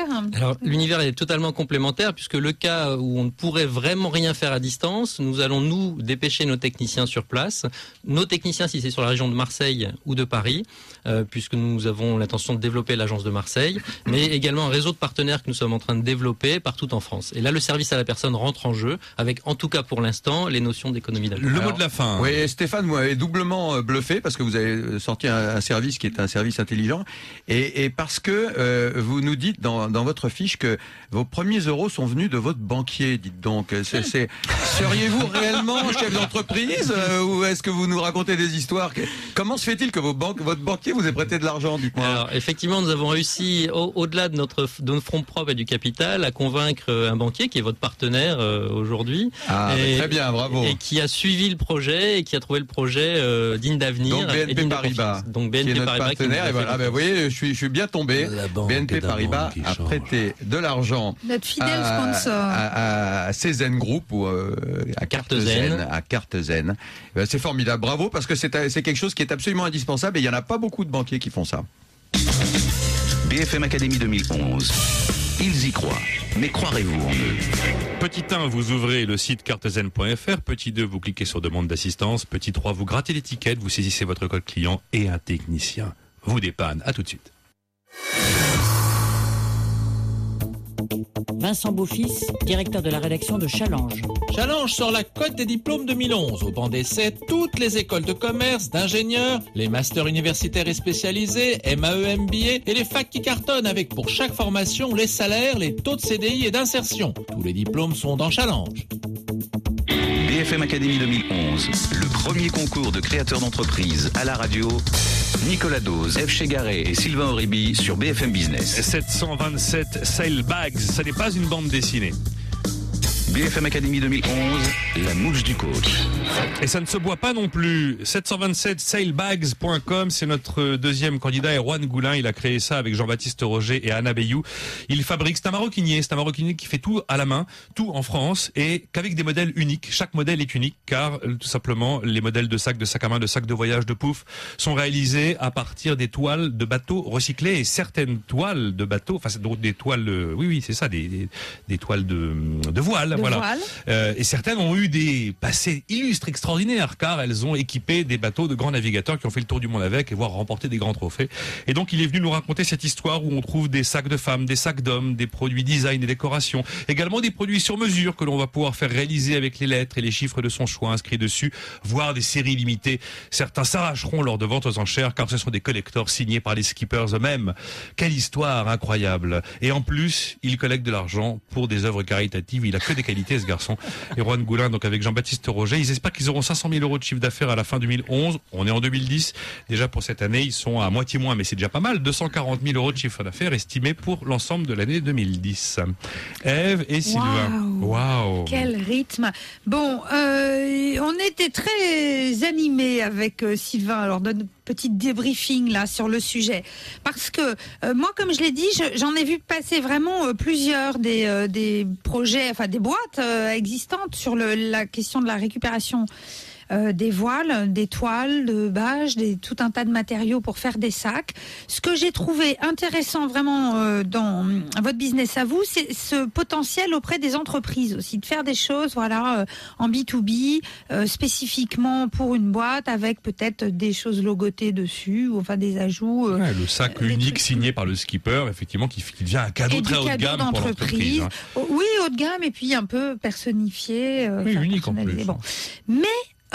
Alors, l'univers est totalement complémentaire puisque le cas où on ne pourrait vraiment rien faire à distance, nous allons nous dépêcher nos techniciens sur place. Nos techniciens, si c'est sur la région de Marseille ou de Paris, puisque nous avons l'intention de développer l'agence de Marseille, mais également un réseau de partenaires que nous sommes en train de développer partout en France. Et là, le service à la personne rentre en jeu avec, en tout cas pour l'instant, les notions d'économie d'argent. Le mot de la fin. Oui, Stéphane, vous m'avez doublement bluffé parce que vous avez sorti un service qui est un service intelligent et parce que vous nous dites dans votre fiche que vos premiers euros sont venus de votre banquier, dites donc. Seriez-vous réellement chef d'entreprise ou est-ce que vous nous racontez des histoires ? Comment se fait-il que votre banquier vous ait prêté de l'argent, dites-moi ? Alors, effectivement, nous avons réussi, au-delà de notre fonds propre et du capital, à convaincre un banquier qui est votre partenaire aujourd'hui. Ah, très bien, bravo. Et qui a suivi le projet et qui a trouvé le projet digne d'avenir. Donc BNP Paribas, donc BNP qui est notre Paribas partenaire. Et voilà, vous voyez, je suis bien tombé. BNP Paribas a prêté de l'argent notre fidèle sponsor à Zen Group ou à Carte Zen. C'est formidable, bravo, parce que c'est quelque chose qui est absolument indispensable et il n'y en a pas beaucoup de banquiers qui font ça. BFM Academy 2011. Ils y croient, mais croirez-vous en eux ? Petit 1, vous ouvrez le site cartezen.fr. Petit 2, vous cliquez sur demande d'assistance. Petit 3, vous grattez l'étiquette, vous saisissez votre code client et un technicien vous dépanne. À tout de suite. Vincent Beaufils, directeur de la rédaction de Challenge. Challenge sort la cote des diplômes 2011. Au banc d'essai, toutes les écoles de commerce, d'ingénieurs, les masters universitaires et spécialisés, MAE, MBA et les facs qui cartonnent avec pour chaque formation les salaires, les taux de CDI et d'insertion. Tous les diplômes sont dans Challenge. BFM Academy 2011, le premier concours de créateurs d'entreprise à la radio. Nicolas Dose, F. Chegaray et Sylvain Oribi sur BFM Business. 727 Sailbags, ça n'est pas une bande dessinée. BFM Academy 2011, la mouche du coach. Et ça ne se boit pas non plus. 727 sailbags.com, c'est notre deuxième candidat, Erwan Goulin. Il a créé ça avec Jean-Baptiste Roger et Anna Beyou. Il fabrique, c'est un maroquinier qui fait tout à la main, tout en France, et qu'avec des modèles uniques. Chaque modèle est unique, car tout simplement, les modèles de sacs à main, de sacs de voyage, de pouf, sont réalisés à partir des toiles de bateaux recyclés. Et certaines toiles de bateaux, enfin, c'est donc des toiles, oui, c'est ça, des toiles de voile. Voilà. Et certaines ont eu des passés illustres extraordinaires, car elles ont équipé des bateaux de grands navigateurs qui ont fait le tour du monde avec et voire remporté des grands trophées. Et donc il est venu nous raconter cette histoire où on trouve des sacs de femmes, des sacs d'hommes, des produits design et décoration, également des produits sur mesure que l'on va pouvoir faire réaliser avec les lettres et les chiffres de son choix inscrits dessus, voire des séries limitées. Certains s'arracheront lors de ventes aux enchères, car ce sont des collectors signés par les skippers eux-mêmes. Quelle histoire incroyable. Et en plus, il collecte de l'argent pour des œuvres caritatives. Il a que des qualités, ce garçon. Erwan Goulin, donc avec Jean-Baptiste Roger. Ils espèrent qu'ils auront 500 000 euros de chiffre d'affaires à la fin 2011. On est en 2010. Déjà pour cette année, ils sont à moitié moins, mais c'est déjà pas mal. 240 000 euros de chiffre d'affaires estimés pour l'ensemble de l'année 2010. Ève et Sylvain. Waouh. Quel rythme. Bon, on était très animés avec Sylvain. Alors, notre petite débriefing là sur le sujet, parce que moi, comme je l'ai dit, j'en ai vu passer vraiment plusieurs des projets, enfin des boîtes existantes sur la question de la récupération des voiles, des toiles, de bâches, tout un tas de matériaux pour faire des sacs. Ce que j'ai trouvé intéressant vraiment dans votre business à vous, c'est ce potentiel auprès des entreprises aussi, de faire des choses en B2B, spécifiquement pour une boîte, avec peut-être des choses logotées dessus, ou enfin des ajouts. Le sac unique signé par le skipper, effectivement, qui devient un cadeau très haut de gamme pour l'entreprise. Oui, haut de gamme, et puis un peu personnifié. Unique en plus. Bon. Mais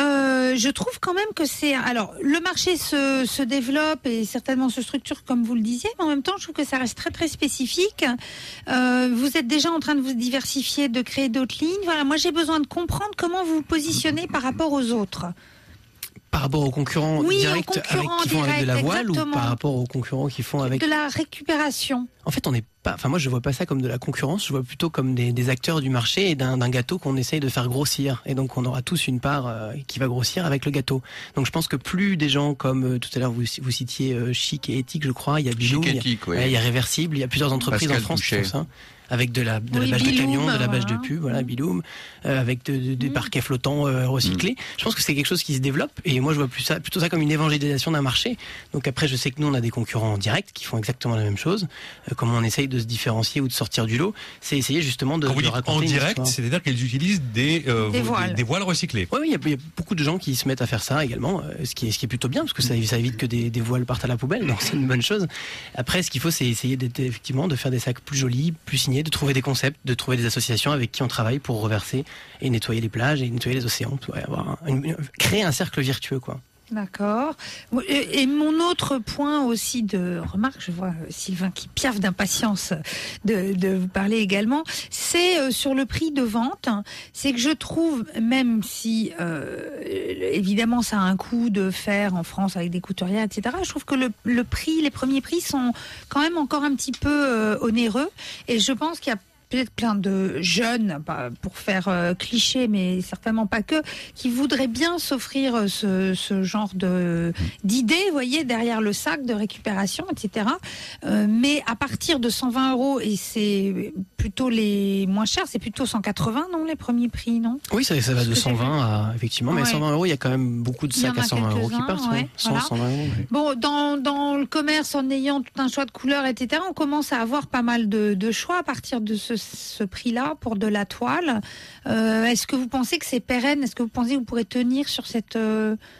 je trouve quand même que c'est... Alors, le marché se développe et certainement se structure, comme vous le disiez, mais en même temps, je trouve que ça reste très, très spécifique. Vous êtes déjà en train de vous diversifier, de créer d'autres lignes. Voilà, moi, j'ai besoin de comprendre comment vous vous positionnez par rapport aux autres. Par rapport aux concurrents directs qui font avec de la voile, exactement. Ou par rapport aux concurrents qui font avec... De la récupération. En fait, on n'est pas... Enfin, moi, je vois pas ça comme de la concurrence. Je vois plutôt comme des acteurs du marché et d'un gâteau qu'on essaye de faire grossir. Et donc, on aura tous une part qui va grossir avec le gâteau. Donc, je pense que plus des gens comme tout à l'heure, vous citiez Chic et Éthique, je crois. Il y a Biloum, il y a Réversible. Il y a plusieurs entreprises en France qui font ça. Avec de la bâche de camion, de la bâche de pub, Biloum, avec des parquets flottants recyclés. Je pense que c'est quelque chose qui se développe, et moi je vois plutôt ça comme une évangélisation d'un marché. Donc après, je sais que nous on a des concurrents en direct qui font exactement la même chose. Comment on essaye de se différencier ou de sortir du lot, c'est essayer justement de raconter en direct, c'est-à-dire qu'ils utilisent des voiles recyclées. Oui, il y a beaucoup de gens qui se mettent à faire ça également, ce qui est plutôt bien, parce que ça évite que des voiles partent à la poubelle, donc c'est une bonne chose. Après, ce qu'il faut, c'est essayer effectivement de faire des sacs plus jolis, plus signés, de trouver des concepts, de trouver des associations avec qui on travaille pour reverser et nettoyer les plages et nettoyer les océans, créer un cercle vertueux, quoi. D'accord. Et mon autre point aussi de remarque, je vois Sylvain qui piaffe d'impatience de vous parler également, c'est sur le prix de vente. C'est que je trouve, même si évidemment ça a un coût de faire en France avec des couturières, etc., je trouve que le prix, les premiers prix sont quand même encore un petit peu onéreux. Et je pense qu'il y a peut-être plein de jeunes, pas pour faire cliché, mais certainement pas que, qui voudraient bien s'offrir ce genre d'idées, vous voyez, derrière le sac de récupération, etc. Mais à partir de 120 €, et c'est plutôt les moins chers, c'est plutôt 180, non, les premiers prix, non? Oui, ça va de 120 à, effectivement, mais 120 €, il y a quand même beaucoup de sacs à 120 € qui partent. 100, 120 €. Oui. Bon, dans le commerce, en ayant tout un choix de couleurs, etc., on commence à avoir pas mal de choix à partir de ce prix-là pour de la toile. Est-ce que vous pensez que c'est pérenne? Est-ce que vous pensez que vous pourrez tenir sur cette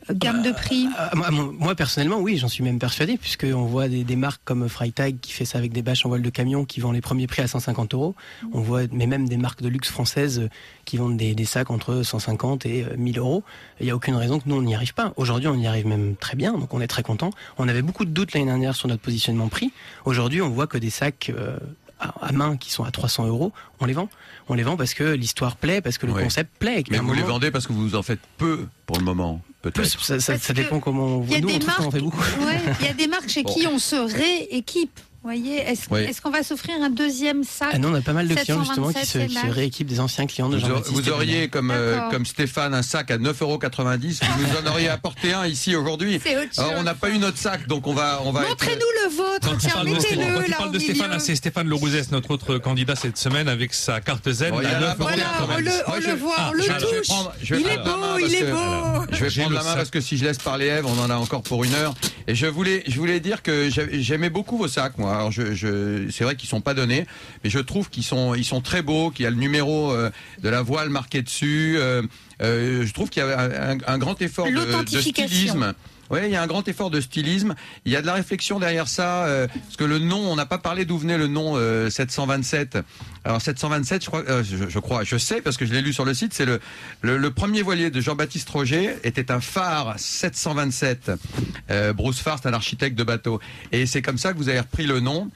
gamme de prix? Moi personnellement, oui, j'en suis même persuadé, puisqu'on voit des marques comme Freitag qui fait ça avec des bâches en voile de camion qui vendent les premiers prix à 150 €. On voit, mais même des marques de luxe françaises qui vendent des sacs entre 150 et 1000 €. Il n'y a aucune raison que nous on n'y arrive pas. Aujourd'hui, on y arrive même très bien, donc on est très content. On avait beaucoup de doutes l'année dernière sur notre positionnement prix. Aujourd'hui, on voit que des sacs à main qui sont à 300 €, on les vend. On les vend parce que l'histoire plaît, parce que le concept plaît. Mais vous les vendez parce que vous en faites peu pour le moment, peut-être. Ça dépend comment on voit. Nous, on fait beaucoup. Il y a des marques chez qui on se rééquipe. Vous voyez, est-ce qu'on va s'offrir un deuxième sac? Non, on a pas mal de clients justement qui se rééquipent des anciens clients de Jean-Baptiste. Vous auriez comme Stéphane un sac à 9,90 €. Vous nous en auriez apporté un ici aujourd'hui. Alors on n'a pas eu notre sac, donc on va. Montrez-nous le vôtre. Tiens, mettez-le là. Quand il parle de Stéphane, c'est Stéphane Lerouzès, notre autre candidat cette semaine, avec sa carte zen. Voilà, on le voit, on le touche. Il est beau, il est beau. Je vais prendre la main parce que si je laisse parler Ève, on en a encore pour 1 heure. Et je voulais dire que j'aimais beaucoup vos sacs, moi. Alors c'est vrai qu'ils sont pas donnés, mais je trouve qu'ils sont très beaux, qu'il y a le numéro de la voile marqué dessus. Je trouve qu'il y a un grand effort de stylisme. Oui, il y a un grand effort de stylisme. Il y a de la réflexion derrière ça, parce que le nom, on n'a pas parlé d'où venait le nom 727. Alors 727, je sais parce que je l'ai lu sur le site, c'est le premier voilier de Jean-Baptiste Roger était un phare 727. Bruce Farr, c'est un architecte de bateau, et c'est comme ça que vous avez repris le nom.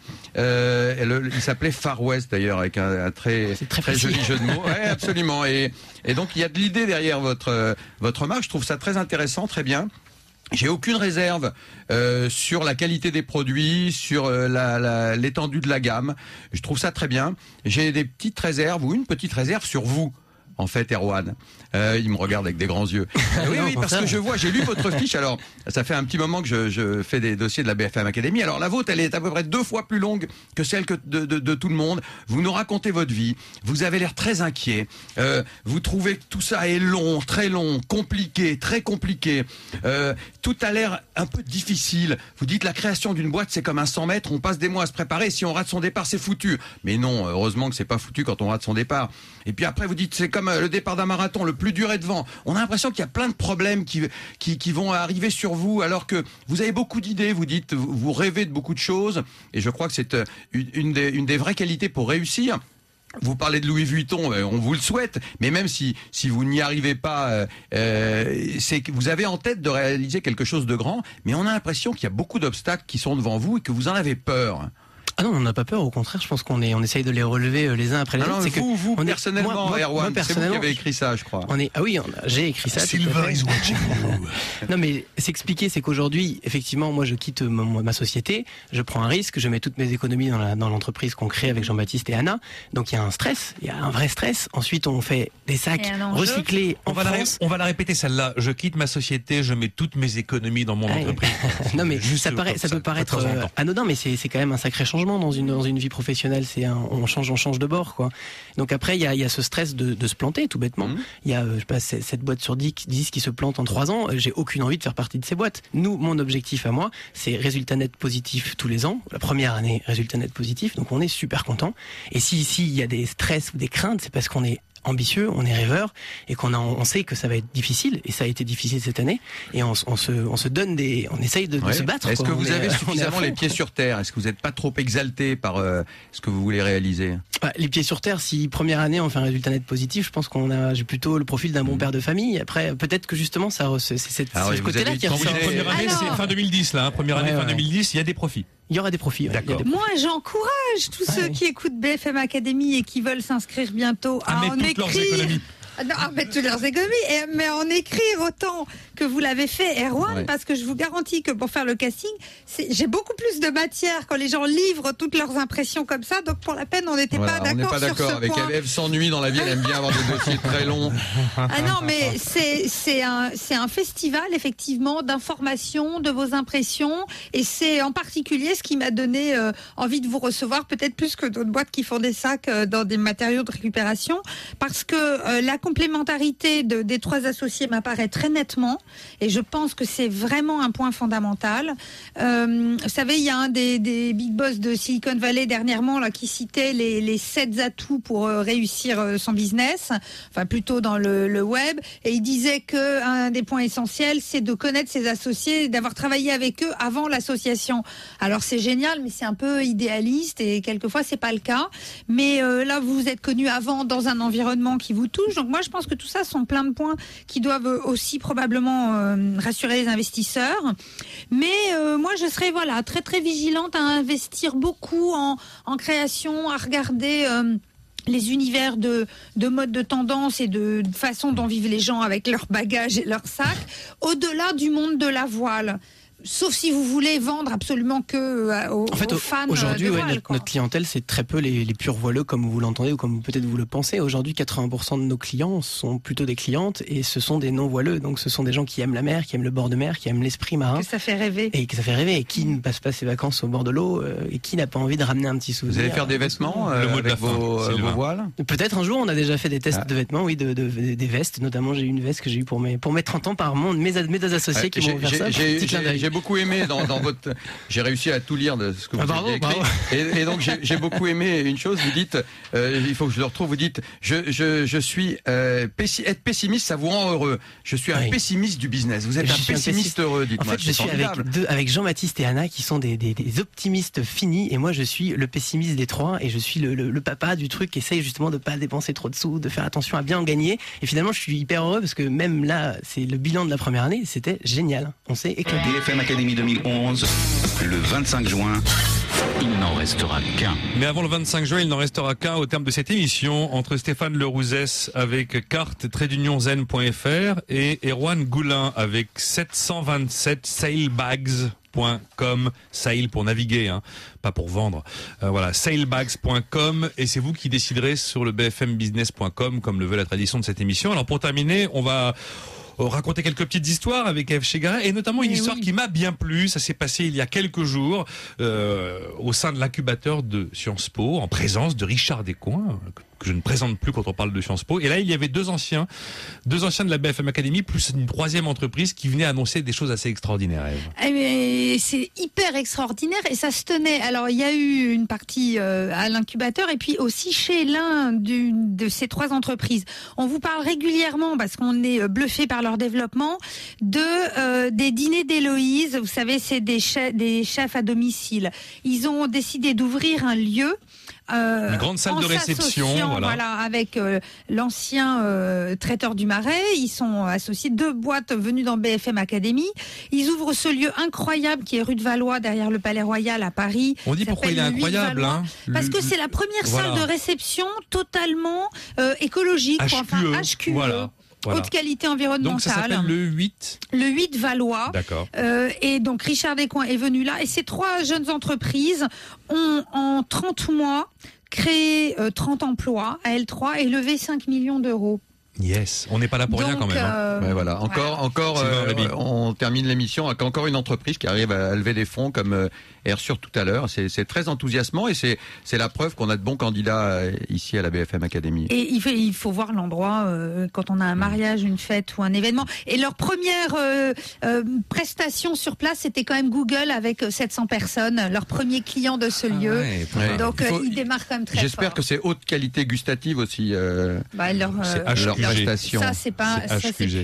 Il s'appelait Far West d'ailleurs, avec un très joli jeu de mots. Ouais, absolument. Et donc il y a de l'idée derrière votre marque. Je trouve ça très intéressant, très bien. J'ai aucune réserve sur la qualité des produits, sur l'étendue de la gamme. Je trouve ça très bien. J'ai des petites réserves ou une petite réserve sur vous. En fait, Erwan, il me regarde avec des grands yeux. Oui, parce que j'ai lu votre fiche. Alors, ça fait un petit moment que je fais des dossiers de la BFM Academy. Alors, la vôtre, elle est à peu près 2 fois plus longue que celle de tout le monde. Vous nous racontez votre vie. Vous avez l'air très inquiet. Vous trouvez que tout ça est long, très long, compliqué, très compliqué. Tout a l'air un peu difficile. Vous dites la création d'une boîte, c'est comme un 100 mètres. On passe des mois à se préparer. Si on rate son départ, c'est foutu. Mais non, heureusement que c'est pas foutu quand on rate son départ. Et puis après, vous dites c'est comme le départ d'un marathon, le plus dur est devant. On a l'impression qu'il y a plein de problèmes qui vont arriver sur vous, alors que vous avez beaucoup d'idées, vous dites, vous rêvez de beaucoup de choses, et je crois que c'est une des vraies qualités pour réussir. Vous parlez de Louis Vuitton, on vous le souhaite, mais même si vous n'y arrivez pas, c'est que vous avez en tête de réaliser quelque chose de grand, mais on a l'impression qu'il y a beaucoup d'obstacles qui sont devant vous et que vous en avez peur. Ah non, on n'a pas peur, au contraire, je pense qu'on essaye de les relever les uns après les autres. Vous personnellement, Erwan, c'est vous qui avez écrit ça, je crois. J'ai écrit ça. Silver is watching you. Non, mais s'expliquer, c'est qu'aujourd'hui, effectivement, moi, je quitte ma société, je prends un risque, je mets toutes mes économies dans l'entreprise qu'on crée avec Jean-Baptiste et Anna. Donc il y a un stress, il y a un vrai stress. Ensuite, on fait des sacs recyclés en France. On va la répéter celle-là. Je quitte ma société, je mets toutes mes économies dans mon entreprise. Non, mais ça peut paraître anodin, mais c'est quand même un sacré changement dans une vie professionnelle. On change de bord, quoi. Donc après, il y a ce stress de se planter, tout bêtement. Il y a, je sais pas, 7 boîtes sur 10 qui se plantent en 3 ans. J'ai aucune envie de faire partie de ces boîtes. Mon objectif à moi, c'est résultat net positif tous les ans. La première année, résultat net positif. Donc on est super content. Et si il y a des stress ou des craintes, c'est parce qu'on est ambitieux, on est rêveur et on sait que ça va être difficile, et ça a été difficile cette année, et on se donne on essaye de se battre. Est-ce que vous avez suffisamment les pieds sur terre? Est-ce que vous n'êtes pas trop exalté par ce que vous voulez réaliser? Les pieds sur terre, si première année on fait un résultat net positif, je pense j'ai plutôt le profil d'un bon père de famille. Après, peut-être que justement c'est ce côté-là qui ressort. Première année, c'est fin 2010 là. Première année, fin 2010, il y a des profits. Il y aura des profits. D'accord. Moi, j'encourage tous ceux qui écoutent BFM Academy et qui veulent s'inscrire bientôt à en écrire. Mettre toutes leurs économies, mais en écrire autant que vous l'avez fait, Erwan, parce que je vous garantis que pour faire le casting, j'ai beaucoup plus de matière quand les gens livrent toutes leurs impressions comme ça. Donc pour la peine, on n'était pas d'accord. On n'est pas d'accord avec elle. Ève s'ennuie dans la vie, elle aime bien avoir des dossiers très longs. Ah non, mais c'est un festival effectivement d'informations, de vos impressions, et c'est en particulier ce qui m'a donné envie de vous recevoir, peut-être plus que d'autres boîtes qui font des sacs dans des matériaux de récupération, parce que la complémentarité des 3 associés m'apparaît très nettement et je pense que c'est vraiment un point fondamental. Vous savez, il y a un des big boss de Silicon Valley dernièrement là, qui citait les 7 atouts pour réussir son business, enfin plutôt dans le web, et il disait qu'un des points essentiels, c'est de connaître ses associés, d'avoir travaillé avec eux avant l'association. Alors c'est génial, mais c'est un peu idéaliste et quelquefois c'est pas le cas. Mais là, vous êtes connu avant dans un environnement qui vous touche. Donc moi, je pense que tout ça sont plein de points qui doivent aussi probablement rassurer les investisseurs. Mais moi, je serais très très vigilante à investir beaucoup en création, à regarder les univers de mode de tendance et de façon dont vivent les gens avec leurs bagages et leurs sacs, au-delà du monde de la voile. Sauf si vous voulez vendre absolument que aux fans aujourd'hui, de voile, notre clientèle, c'est très peu les purs voileux comme vous l'entendez ou comme peut-être vous le pensez. Aujourd'hui, 80% de nos clients sont plutôt des clientes et ce sont des non-voileux. Donc ce sont des gens qui aiment la mer, qui aiment le bord de mer, qui aiment l'esprit marin. Que ça fait rêver. Et qui ne passe pas ses vacances au bord de l'eau et qui n'a pas envie de ramener un petit souvenir. Vous allez faire des vêtements avec vos voiles? Peut-être un jour, on a déjà fait des tests de vêtements, oui, des vestes. Notamment, j'ai eu une veste que j'ai eue pour mes 30 ans par mes associés qui m'ont offert ça. J'ai beaucoup aimé dans votre. J'ai réussi à tout lire de ce que vous avez écrit. Et donc j'ai beaucoup aimé une chose. Vous dites, il faut que je le retrouve. Vous dites, je suis être pessimiste, ça vous rend heureux. Je suis un pessimiste du business. Vous êtes un pessimiste heureux. Dites-moi. En fait, je suis avec Jean-Baptiste et Anna qui sont des optimistes finis, et moi je suis le pessimiste des 3 et je suis le papa du truc qui essaye justement de pas dépenser trop de sous, de faire attention à bien en gagner. Et finalement, je suis hyper heureux parce que même là, c'est le bilan de la première année, c'était génial. On s'est éclaté. BFM Academy 2011, le 25 juin, il n'en restera qu'un. Mais avant le 25 juin, il n'en restera qu'un au terme de cette émission entre Stéphane Lerouzès avec carte-zen.fr et Erwan Goulin avec 727 sailbags.com, sail pour naviguer, pas pour vendre. Voilà, sailbags.com, et c'est vous qui déciderez sur le bfmbusiness.com comme le veut la tradition de cette émission. Alors pour terminer, on va raconter quelques petites histoires avec Ève Chegaray, et notamment une histoire qui m'a bien plu. Ça s'est passé il y a quelques jours au sein de l'incubateur de Sciences Po, en présence de Richard Descoings, que je ne présente plus quand on parle de Sciences Po. Et là, il y avait deux anciens de la BFM Academy, plus une 3e entreprise qui venait annoncer des choses assez extraordinaires. C'est hyper extraordinaire et ça se tenait. Alors, il y a eu une partie à l'incubateur et puis aussi chez l'un de ces 3 entreprises. On vous parle régulièrement, parce qu'on est bluffé par leur développement, des dîners d'Héloïse. Vous savez, c'est des chefs à domicile. Ils ont décidé d'ouvrir un lieu. Une grande salle de réception, voilà, avec l'ancien traiteur du Marais. Ils sont associés, 2 boîtes venues dans BFM Academy. Ils ouvrent ce lieu incroyable qui est rue de Valois, derrière le Palais Royal à Paris. On dit pourquoi il est incroyable, parce que c'est la première salle de réception totalement écologique, HQE. Voilà. Haute qualité environnementale. Donc ça s'appelle le 8. Le 8 Valois. D'accord. Et donc Richard Descoings est venu là. Et ces 3 jeunes entreprises ont en 30 mois créé 30 emplois à L3 et levé 5 millions d'euros. Yes, on n'est pas là pour rien quand même. Ouais, voilà. Encore, on termine l'émission avec encore une entreprise qui arrive à lever des fonds comme Airsure tout à l'heure. C'est très enthousiasmant et c'est la preuve qu'on a de bons candidats ici à la BFM Academy. Et il faut voir l'endroit quand on a un mariage, une fête ou un événement. Et leur première prestation sur place, c'était quand même Google avec 700 personnes, leur premier client de ce lieu. Ouais. Donc ils démarrent quand même très fort. J'espère que c'est haute qualité gustative aussi. leur prestation. Ça, c'est plus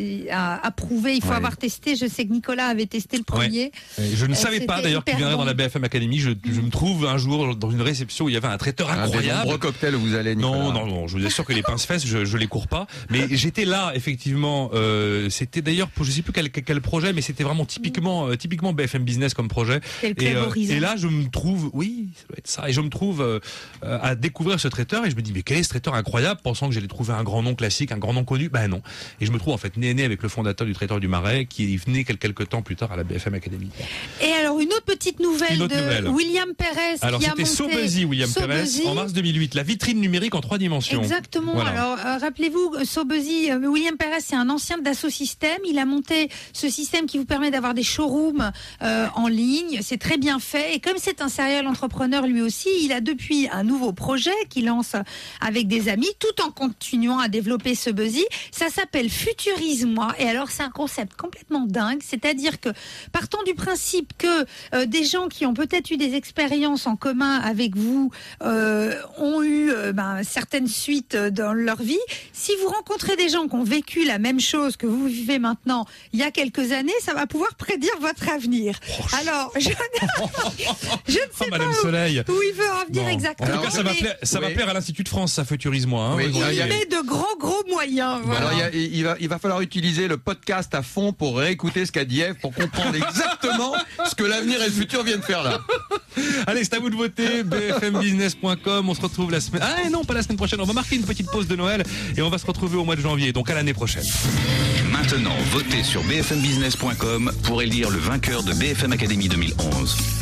à prouver. Il faut avoir testé. Je sais que Nicolas avait testé le premier. Je ne savais pas d'ailleurs qu'il viendrait dans la BFM Academy. Je me trouve un jour dans une réception où il y avait un traiteur incroyable. Un des nombreux cocktails où vous allez, Nicolas. Non, je vous assure que les pince-fesses, je les cours pas. Mais j'étais là, effectivement. C'était d'ailleurs, je sais plus quel projet, mais c'était vraiment typiquement BFM Business comme projet. Et là, je me trouve, oui, ça doit être ça. Et je me trouve à découvrir ce traiteur et je me dis, mais quel est ce traiteur incroyable, pensant que j'allais trouver un grand nom classique, un grand nom connu. Ben non. Et je me trouve en fait né avec le fondateur du traiteur du Marais qui venait quelques temps plus tard à la BFM Academy. Et alors une autre petite nouvelle de William Perez. Alors c'était Sobezy, William Perez, en mars 2008, la vitrine numérique en 3 dimensions. Exactement. Voilà. Alors rappelez-vous, Sobezy, William Perez, c'est un ancien de Dassault Systèmes. Il a monté ce système qui vous permet d'avoir des showrooms en ligne. C'est très bien fait. Et comme c'est un serial entrepreneur lui aussi, il a depuis un nouveau projet qu'il lance avec des amis, tout en continuant à développer développer ce buzzy. Ça s'appelle Futurise-moi. Et alors, c'est un concept complètement dingue. C'est-à-dire que, partant du principe que des gens qui ont peut-être eu des expériences en commun avec vous ont eu certaines suites dans leur vie, si vous rencontrez des gens qui ont vécu la même chose que vous vivez maintenant il y a quelques années, ça va pouvoir prédire votre avenir. Alors, je ne sais pas où il veut en venir exactement. En tout cas, ça va plaire à l'Institut de France, ça, Futurise-moi. Hein, il met de gros moyens. Voilà. Alors, il va falloir utiliser le podcast à fond pour réécouter ce qu'a dit Ève, pour comprendre exactement ce que l'avenir et le futur viennent faire là. Allez, c'est à vous de voter, bfmbusiness.com. On se retrouve la semaine... Ah non, pas la semaine prochaine. On va marquer une petite pause de Noël et on va se retrouver au mois de janvier, donc à l'année prochaine. Maintenant, votez sur bfmbusiness.com pour élire le vainqueur de BFM Academy 2011.